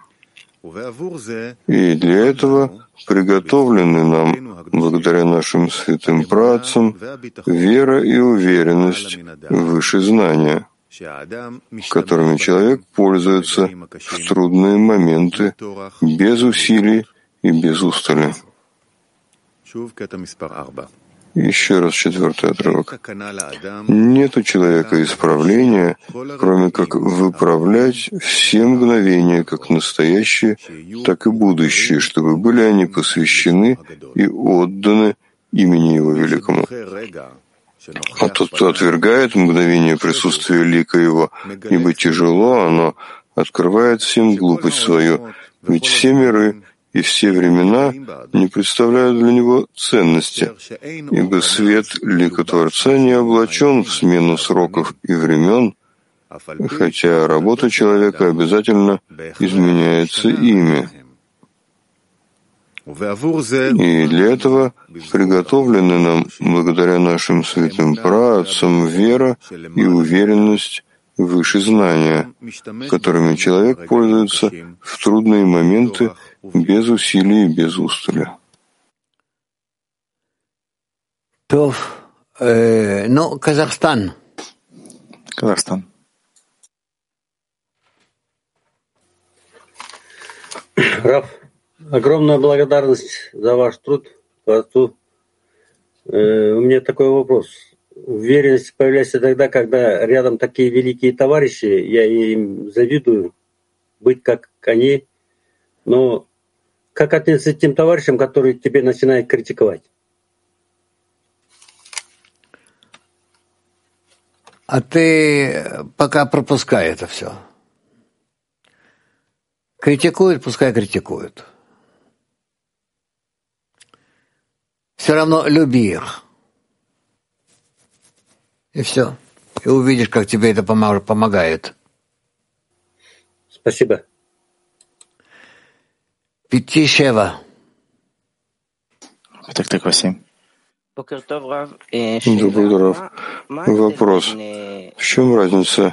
И для этого приготовлены нам, благодаря нашим святым працам, вера и уверенность выше знания, которыми человек пользуется в трудные моменты без усилий и без устали. Еще раз четвертый отрывок. Нет у человека исправления, кроме как выправлять все мгновения, как настоящие, так и будущие, чтобы были они посвящены и отданы имени Его великому. А тот, кто отвергает мгновение присутствия лика Его, ибо тяжело оно, открывает всем глупость свою, ведь все миры и все времена не представляют для него ценности, ибо свет лика Творца не облачен в смену сроков и времен, хотя работа человека обязательно изменяется ими. И для этого приготовлены нам, благодаря нашим святым праотцам, вера и уверенность выше знания, которыми человек пользуется в трудные моменты без усилий и без устали. Казахстан. Раф, огромная благодарность за ваш труд, Творцу. У меня такой вопрос. Уверенность появляется тогда, когда рядом такие великие товарищи, я им завидую, быть как они, но как относиться к тем товарищам, которые тебе начинают критиковать? А ты пока пропускай это все. Критикуют, пускай критикуют. Все равно люби их. И все. И увидишь, как тебе это помогает. Спасибо. 5-7. Петах-Тыква, 7. Добрый утро, Рав. Вопрос. В чем разница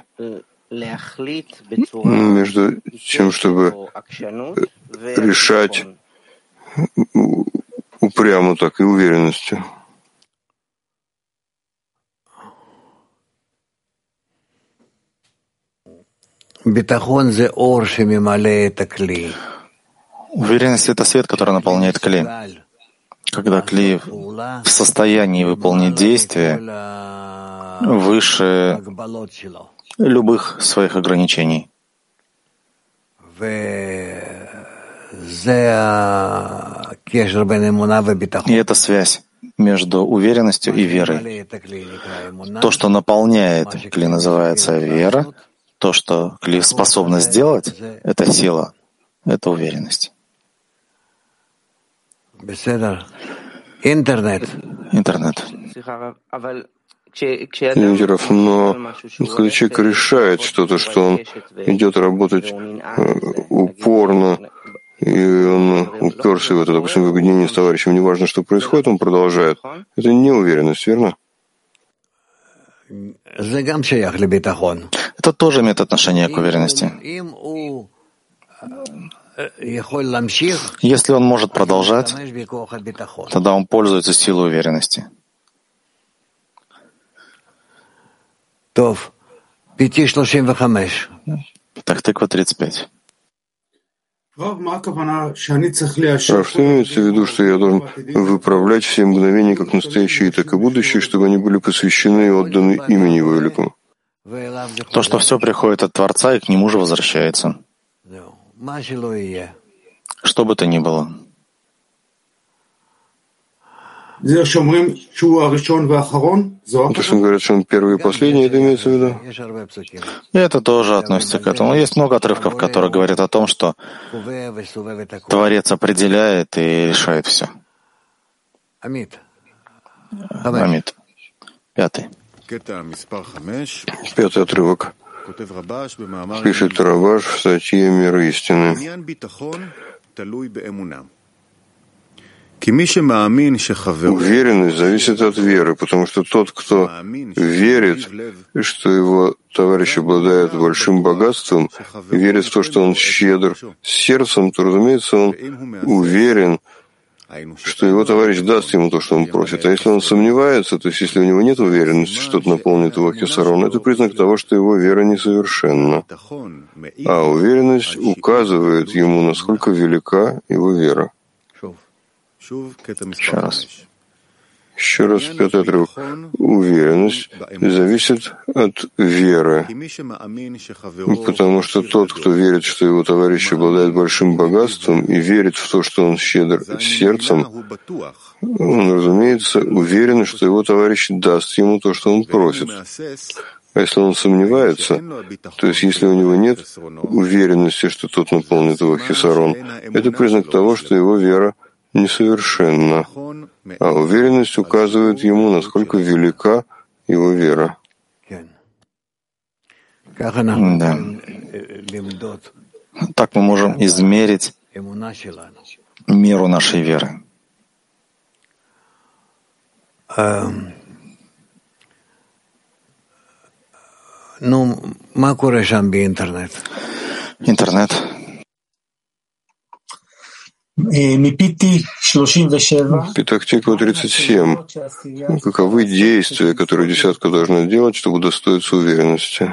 между тем, чтобы решать упрямо так и уверенностью? Уверенность — это свет, который наполняет кли. Когда кли в состоянии выполнить действие выше любых своих ограничений. И это связь между уверенностью и верой. То, что наполняет кли, называется вера. То, что кли способно сделать, это сила, это уверенность. Интернет. Лидеров, но когда человек решает что-то, что он идет работать упорно, и он уперся в это, допустим, в объединении с товарищем, неважно, что происходит, он продолжает. Это не уверенность, верно? Это тоже имеет отношение к уверенности. Если он может продолжать, тогда он пользуется силой уверенности. Так, тыква 35. Что имеется в виду, что я должен выправлять все мгновения как настоящие, так и будущие, чтобы они были посвящены и отданы имени Его Великому? То, что все приходит от Творца и к Нему же возвращается. Что бы то ни было. То, что говорят, что он первый и последний, это имеется в виду? И это тоже относится к этому. Есть много отрывков, которые говорят о том, что Творец определяет и решает все. Амит. 5. 5 отрывок. Пишет Рабаш в статье «Мир истины». Уверенность зависит от веры, потому что тот, кто верит, что его товарищ обладает большим богатством, и верит в то, что он щедр сердцем, то, разумеется, он уверен, что его товарищ даст ему то, что он просит. А если он сомневается, то есть если у него нет уверенности, что это наполнит его хисарон, это признак того, что его вера несовершенна. А уверенность указывает ему, насколько велика его вера. Еще раз 5 отрывок. Уверенность зависит от веры, потому что тот, кто верит, что его товарищ обладает большим богатством и верит в то, что он щедр сердцем, он, разумеется, уверен, что его товарищ даст ему то, что он просит. А если он сомневается, то есть если у него нет уверенности, что тот наполнит его хисарон, это признак того, что его вера несовершенна, а уверенность указывает ему, насколько велика его вера. Да. Так мы можем измерить меру нашей веры. Интернет. Петахтиква 37. Каковы действия, которые десятка должна делать, чтобы удостоиться уверенности?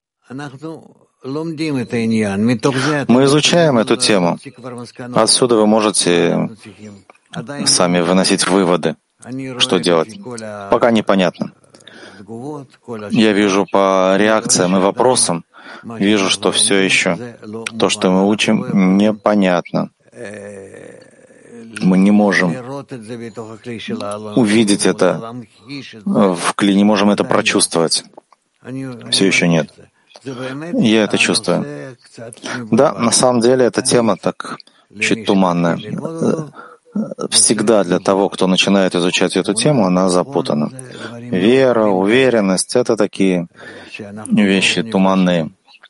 Мы изучаем эту тему. Отсюда вы можете сами выносить выводы, что делать. Пока непонятно. Я вижу по реакциям и вопросам, вижу, что все еще то, что мы учим, непонятно. Мы не можем увидеть это в кли, не можем это прочувствовать. Все еще нет. Я это чувствую. Да, на самом деле эта тема так чуть туманная. Всегда для того, кто начинает изучать эту тему, она запутана. Вера, уверенность — это такие вещи туманные,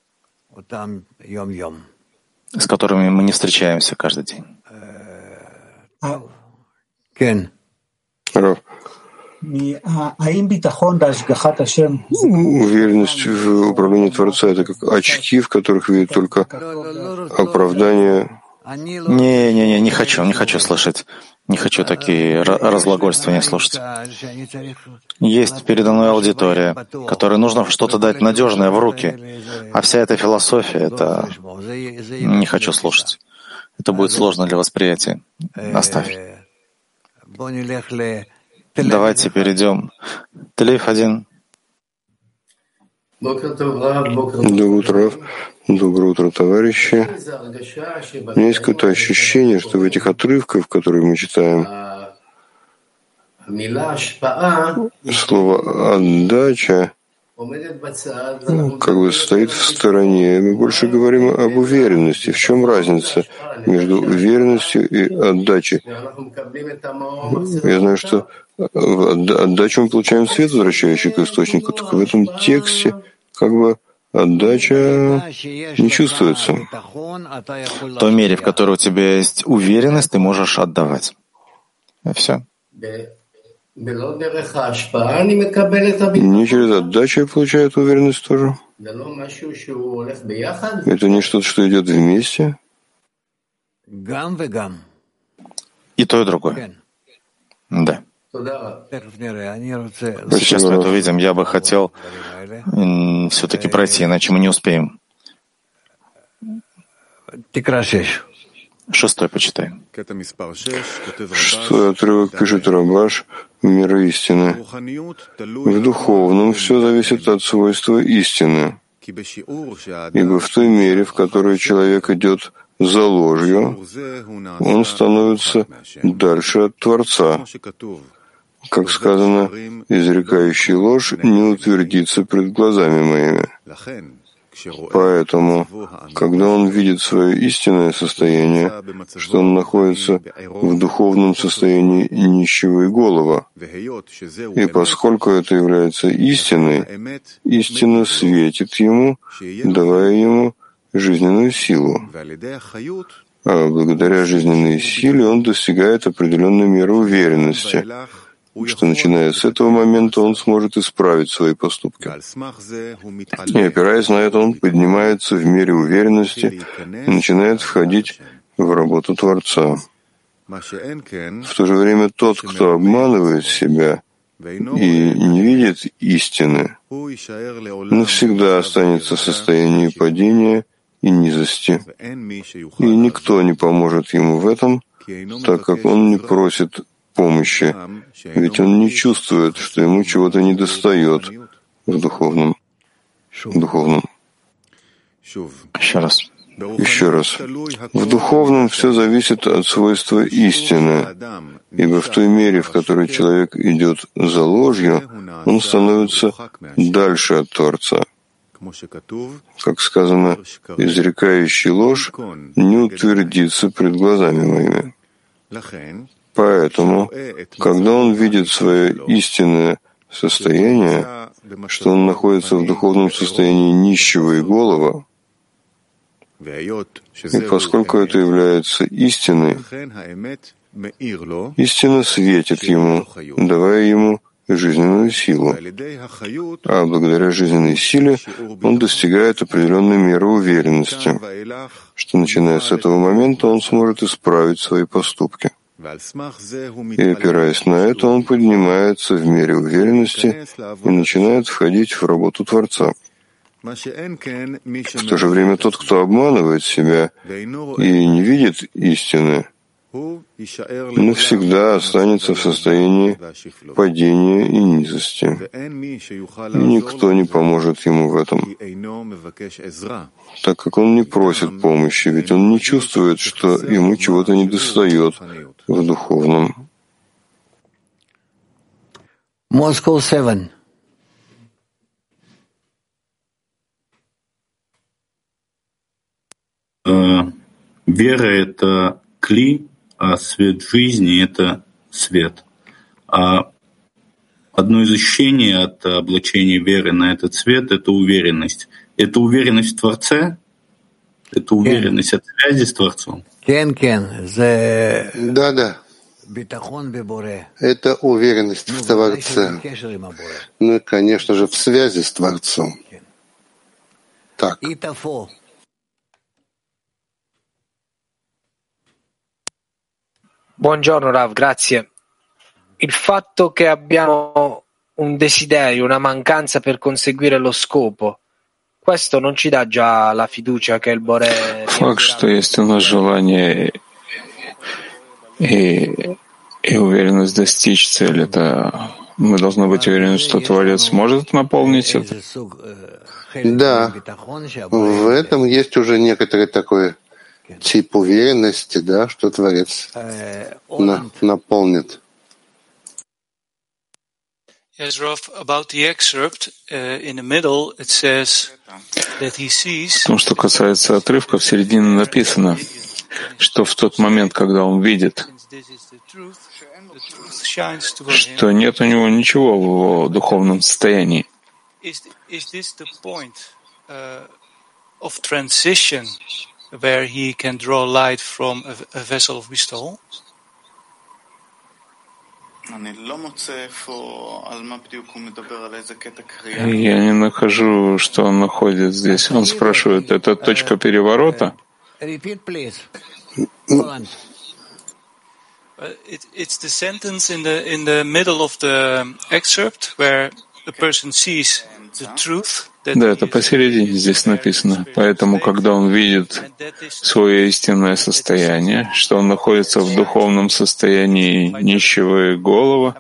с которыми мы не встречаемся каждый день. Уверенность в управлении Творца — это как очки, в которых видят только оправдание. Не хочу слышать. Не хочу такие разглагольствования слушать. Есть передо мной аудитория, которой нужно что-то дать надежное в руки. А вся эта философия, это... Не хочу слушать. Это будет сложно для восприятия. Оставь. Давайте перейдем. Телеф 1. Доброе утро, товарищи. У меня есть какое-то ощущение, что в этих отрывках, которые мы читаем, слово «отдача» как бы стоит в стороне. Мы больше говорим об уверенности. В чем разница между уверенностью и отдачей? Я знаю, что отдачу мы получаем свет, возвращающий к источнику. Так в этом тексте как бы отдача не чувствуется. В той мере, в которой у тебя есть уверенность, ты можешь отдавать. И все. Не через отдачу я получаю эту уверенность тоже. Это не что-то, что идет вместе. И то, и другое. Да. Сейчас мы это увидим. Я бы хотел все-таки пройти, иначе мы не успеем. 6 почитаем. 6 отрывок пишет Рабаш, мир истины. В духовном все зависит от свойства истины, ибо в той мере, в которой человек идет за ложью, он становится дальше от Творца. Как сказано, изрекающий ложь не утвердится пред глазами моими. Поэтому, когда он видит свое истинное состояние, что он находится в духовном состоянии нищего и голого, и поскольку это является истиной, истина светит ему, давая ему жизненную силу. А благодаря жизненной силе он достигает определенной меры уверенности, что, начиная с этого момента, он сможет исправить свои поступки. И, опираясь на это, он поднимается в мере уверенности и начинает входить в работу Творца. В то же время тот, кто обманывает себя и не видит истины, навсегда останется в состоянии падения и низости. И никто не поможет ему в этом, так как он не просит помощи, ведь он не чувствует, что ему чего-то недостает в духовном. Еще раз. В духовном все зависит от свойства истины, ибо в той мере, в которой человек идет за ложью, он становится дальше от Творца. Как сказано, изрекающий ложь не утвердится пред глазами моими. Поэтому, когда он видит свое истинное состояние, что он находится в духовном состоянии нищего и голого, и поскольку это является истиной, истина светит ему, давая ему жизненную силу. А благодаря жизненной силе он достигает определенной меры уверенности, что, начиная с этого момента, он сможет исправить свои поступки. И, опираясь на это, он поднимается в мере уверенности и начинает входить в работу Творца. В то же время тот, кто обманывает себя и не видит истины, навсегда останется в состоянии падения и низости. И никто не поможет ему в этом, так как он не просит помощи, ведь он не чувствует, что ему чего-то недостает в духовном. Moscow 7. Вера — это кли, а свет жизни — это свет. А одно из ощущений от облачения веры на этот свет — это уверенность. Это уверенность в Творце? Это уверенность от связи с Творцом? Да. Это уверенность в Творце. Ну и, конечно же, в связи с Творцом. Так. Buongiorno Rav, grazie. Il fatto che abbiamo un desiderio, una mancanza per conseguire lo scopo, questo non ci dà già la fiducia che il Bore... Факт, что есть у нас желание и уверенность достичь цели, это мы должны быть уверены, что Творец может наполнить это. Да, в этом есть уже некоторый такой тип уверенности, да, что Творец наполнит. Yes, Rav, about the excerpt, in the middle it says that he sees... В том, что касается отрывка, в середине написано, что в тот момент, когда он видит, что нет у него ничего в его духовном состоянии. Is this the point of transition where he can draw light from a vessel of bestowal? Я не нахожу, что он находит здесь. Он спрашивает, это точка переворота? It's the sentence in the middle of the excerpt where the person sees the truth. Да, это посередине здесь написано. Поэтому, когда он видит свое истинное состояние, что он находится в духовном состоянии нищего и голого,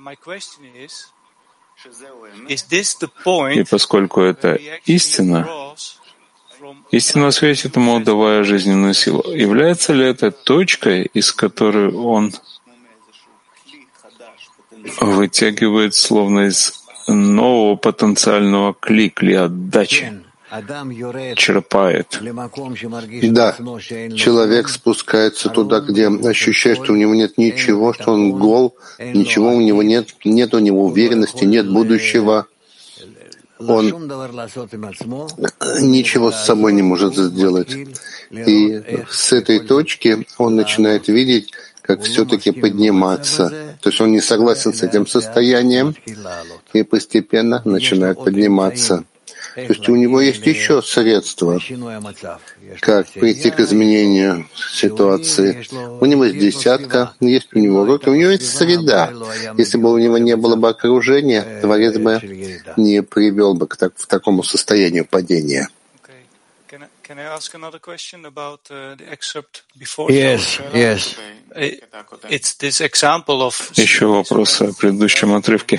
и поскольку это истина, истина светит ему, давая жизненную силу. Является ли это точкой, из которой он вытягивает, словно из нового потенциального кли отдачи, черпает? Да, человек спускается туда, где ощущает, что у него нет ничего, что он гол, ничего у него нет у него уверенности, нет будущего. Он ничего с собой не может сделать. И с этой точки он начинает видеть, как все-таки подниматься. То есть он не согласен с этим состоянием и постепенно начинает подниматься. То есть у него есть еще средства, как прийти к изменению ситуации. У него есть десятка, есть у него руки, у него есть среда. Если бы у него не было бы окружения, Творец бы не привел бы к такому состоянию падения. Can I ask another question about the excerpt before? Yes. It's this example of... Еще вопрос о предыдущем отрывке.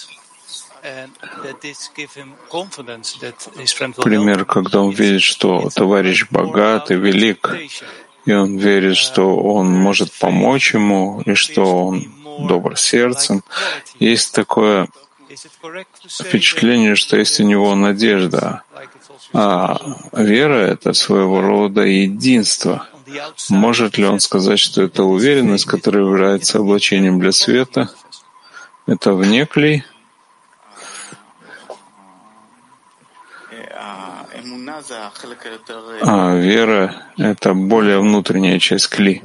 Пример, когда он видит, что товарищ богат и велик, и он верит, что он может помочь ему, и что он добр сердцем. Есть такое впечатление, что есть у него надежда, а вера — это своего рода единство. Может ли он сказать, что это уверенность, которая является облачением для света? Это вне клей? А вера — это более внутренняя часть кли.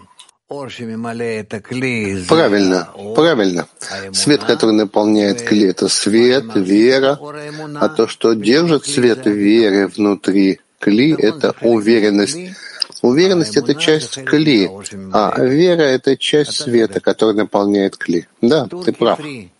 Правильно. Свет, который наполняет кли, это свет, вера, а то, что держит свет веры внутри кли, это уверенность. Уверенность — это часть кли, а вера — это часть света, который наполняет кли. Да, ты прав.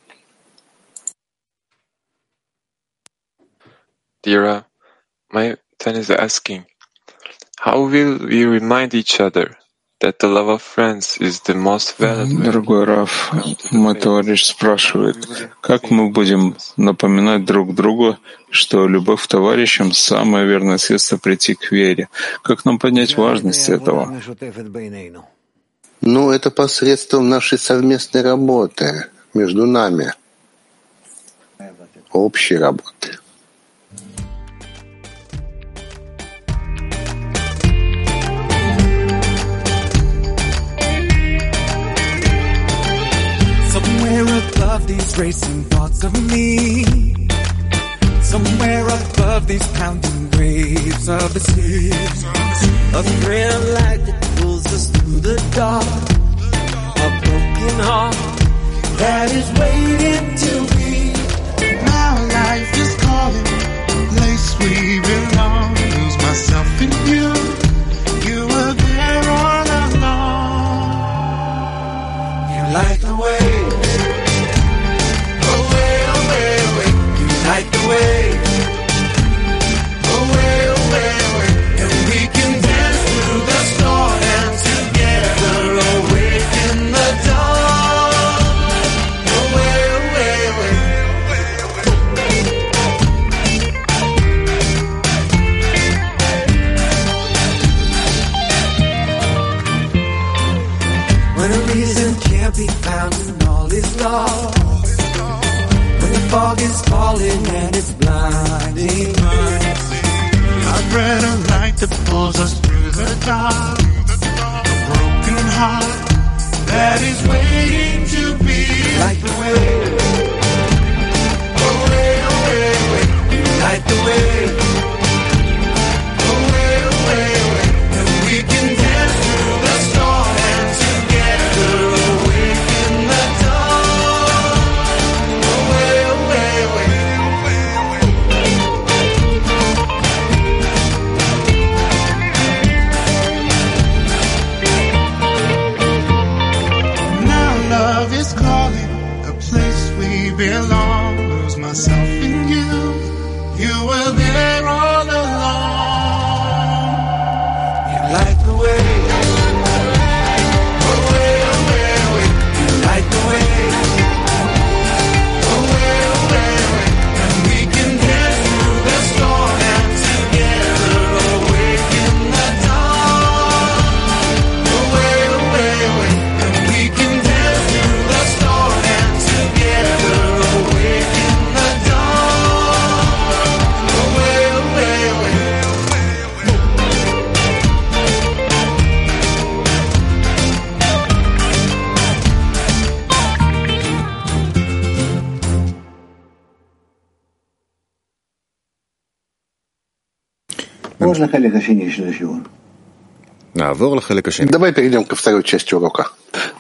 Dira, my friend is asking, how will we remind each other that the love of friends is the most valuable? Дорогой Раф, мой товарищ спрашивает, как мы будем напоминать друг другу, что любовь к товарищам — самое верное средство прийти к вере. Как нам понять важность этого? Ну, это посредством нашей совместной работы между нами, общей работы. Above these racing thoughts of me, somewhere above these pounding waves of the sea, a thrill like that pulls us through the dark, a broken that is waiting to be. Now life is calling, place we belong. Lose myself in you. You were there all along. You like the way. Away, away, away. You like the way. Away, away, away. And we can dance through the storm and together awake in the dawn. Away, away, away. When a reason can't be found and all is lost. When the fog is falling and it's blinding us. I've read a light that pulls us through the dark. A broken heart that is waiting to be like the wave. Away, away, away. Like the wave. Away, away, away. And we can dance through the storm and together awake in the dawn. Away, away, away. Now love is calling, a place we belong. Lose myself in you. You were there all along. You like the way. Away, away, away. You like the way. Away, away, away. And we can dance through the storm and together awake in the dawn. Away, away, away. And we can dance through the storm and together awake in the dawn. Away, away, away. Давай перейдем ко второй части урока.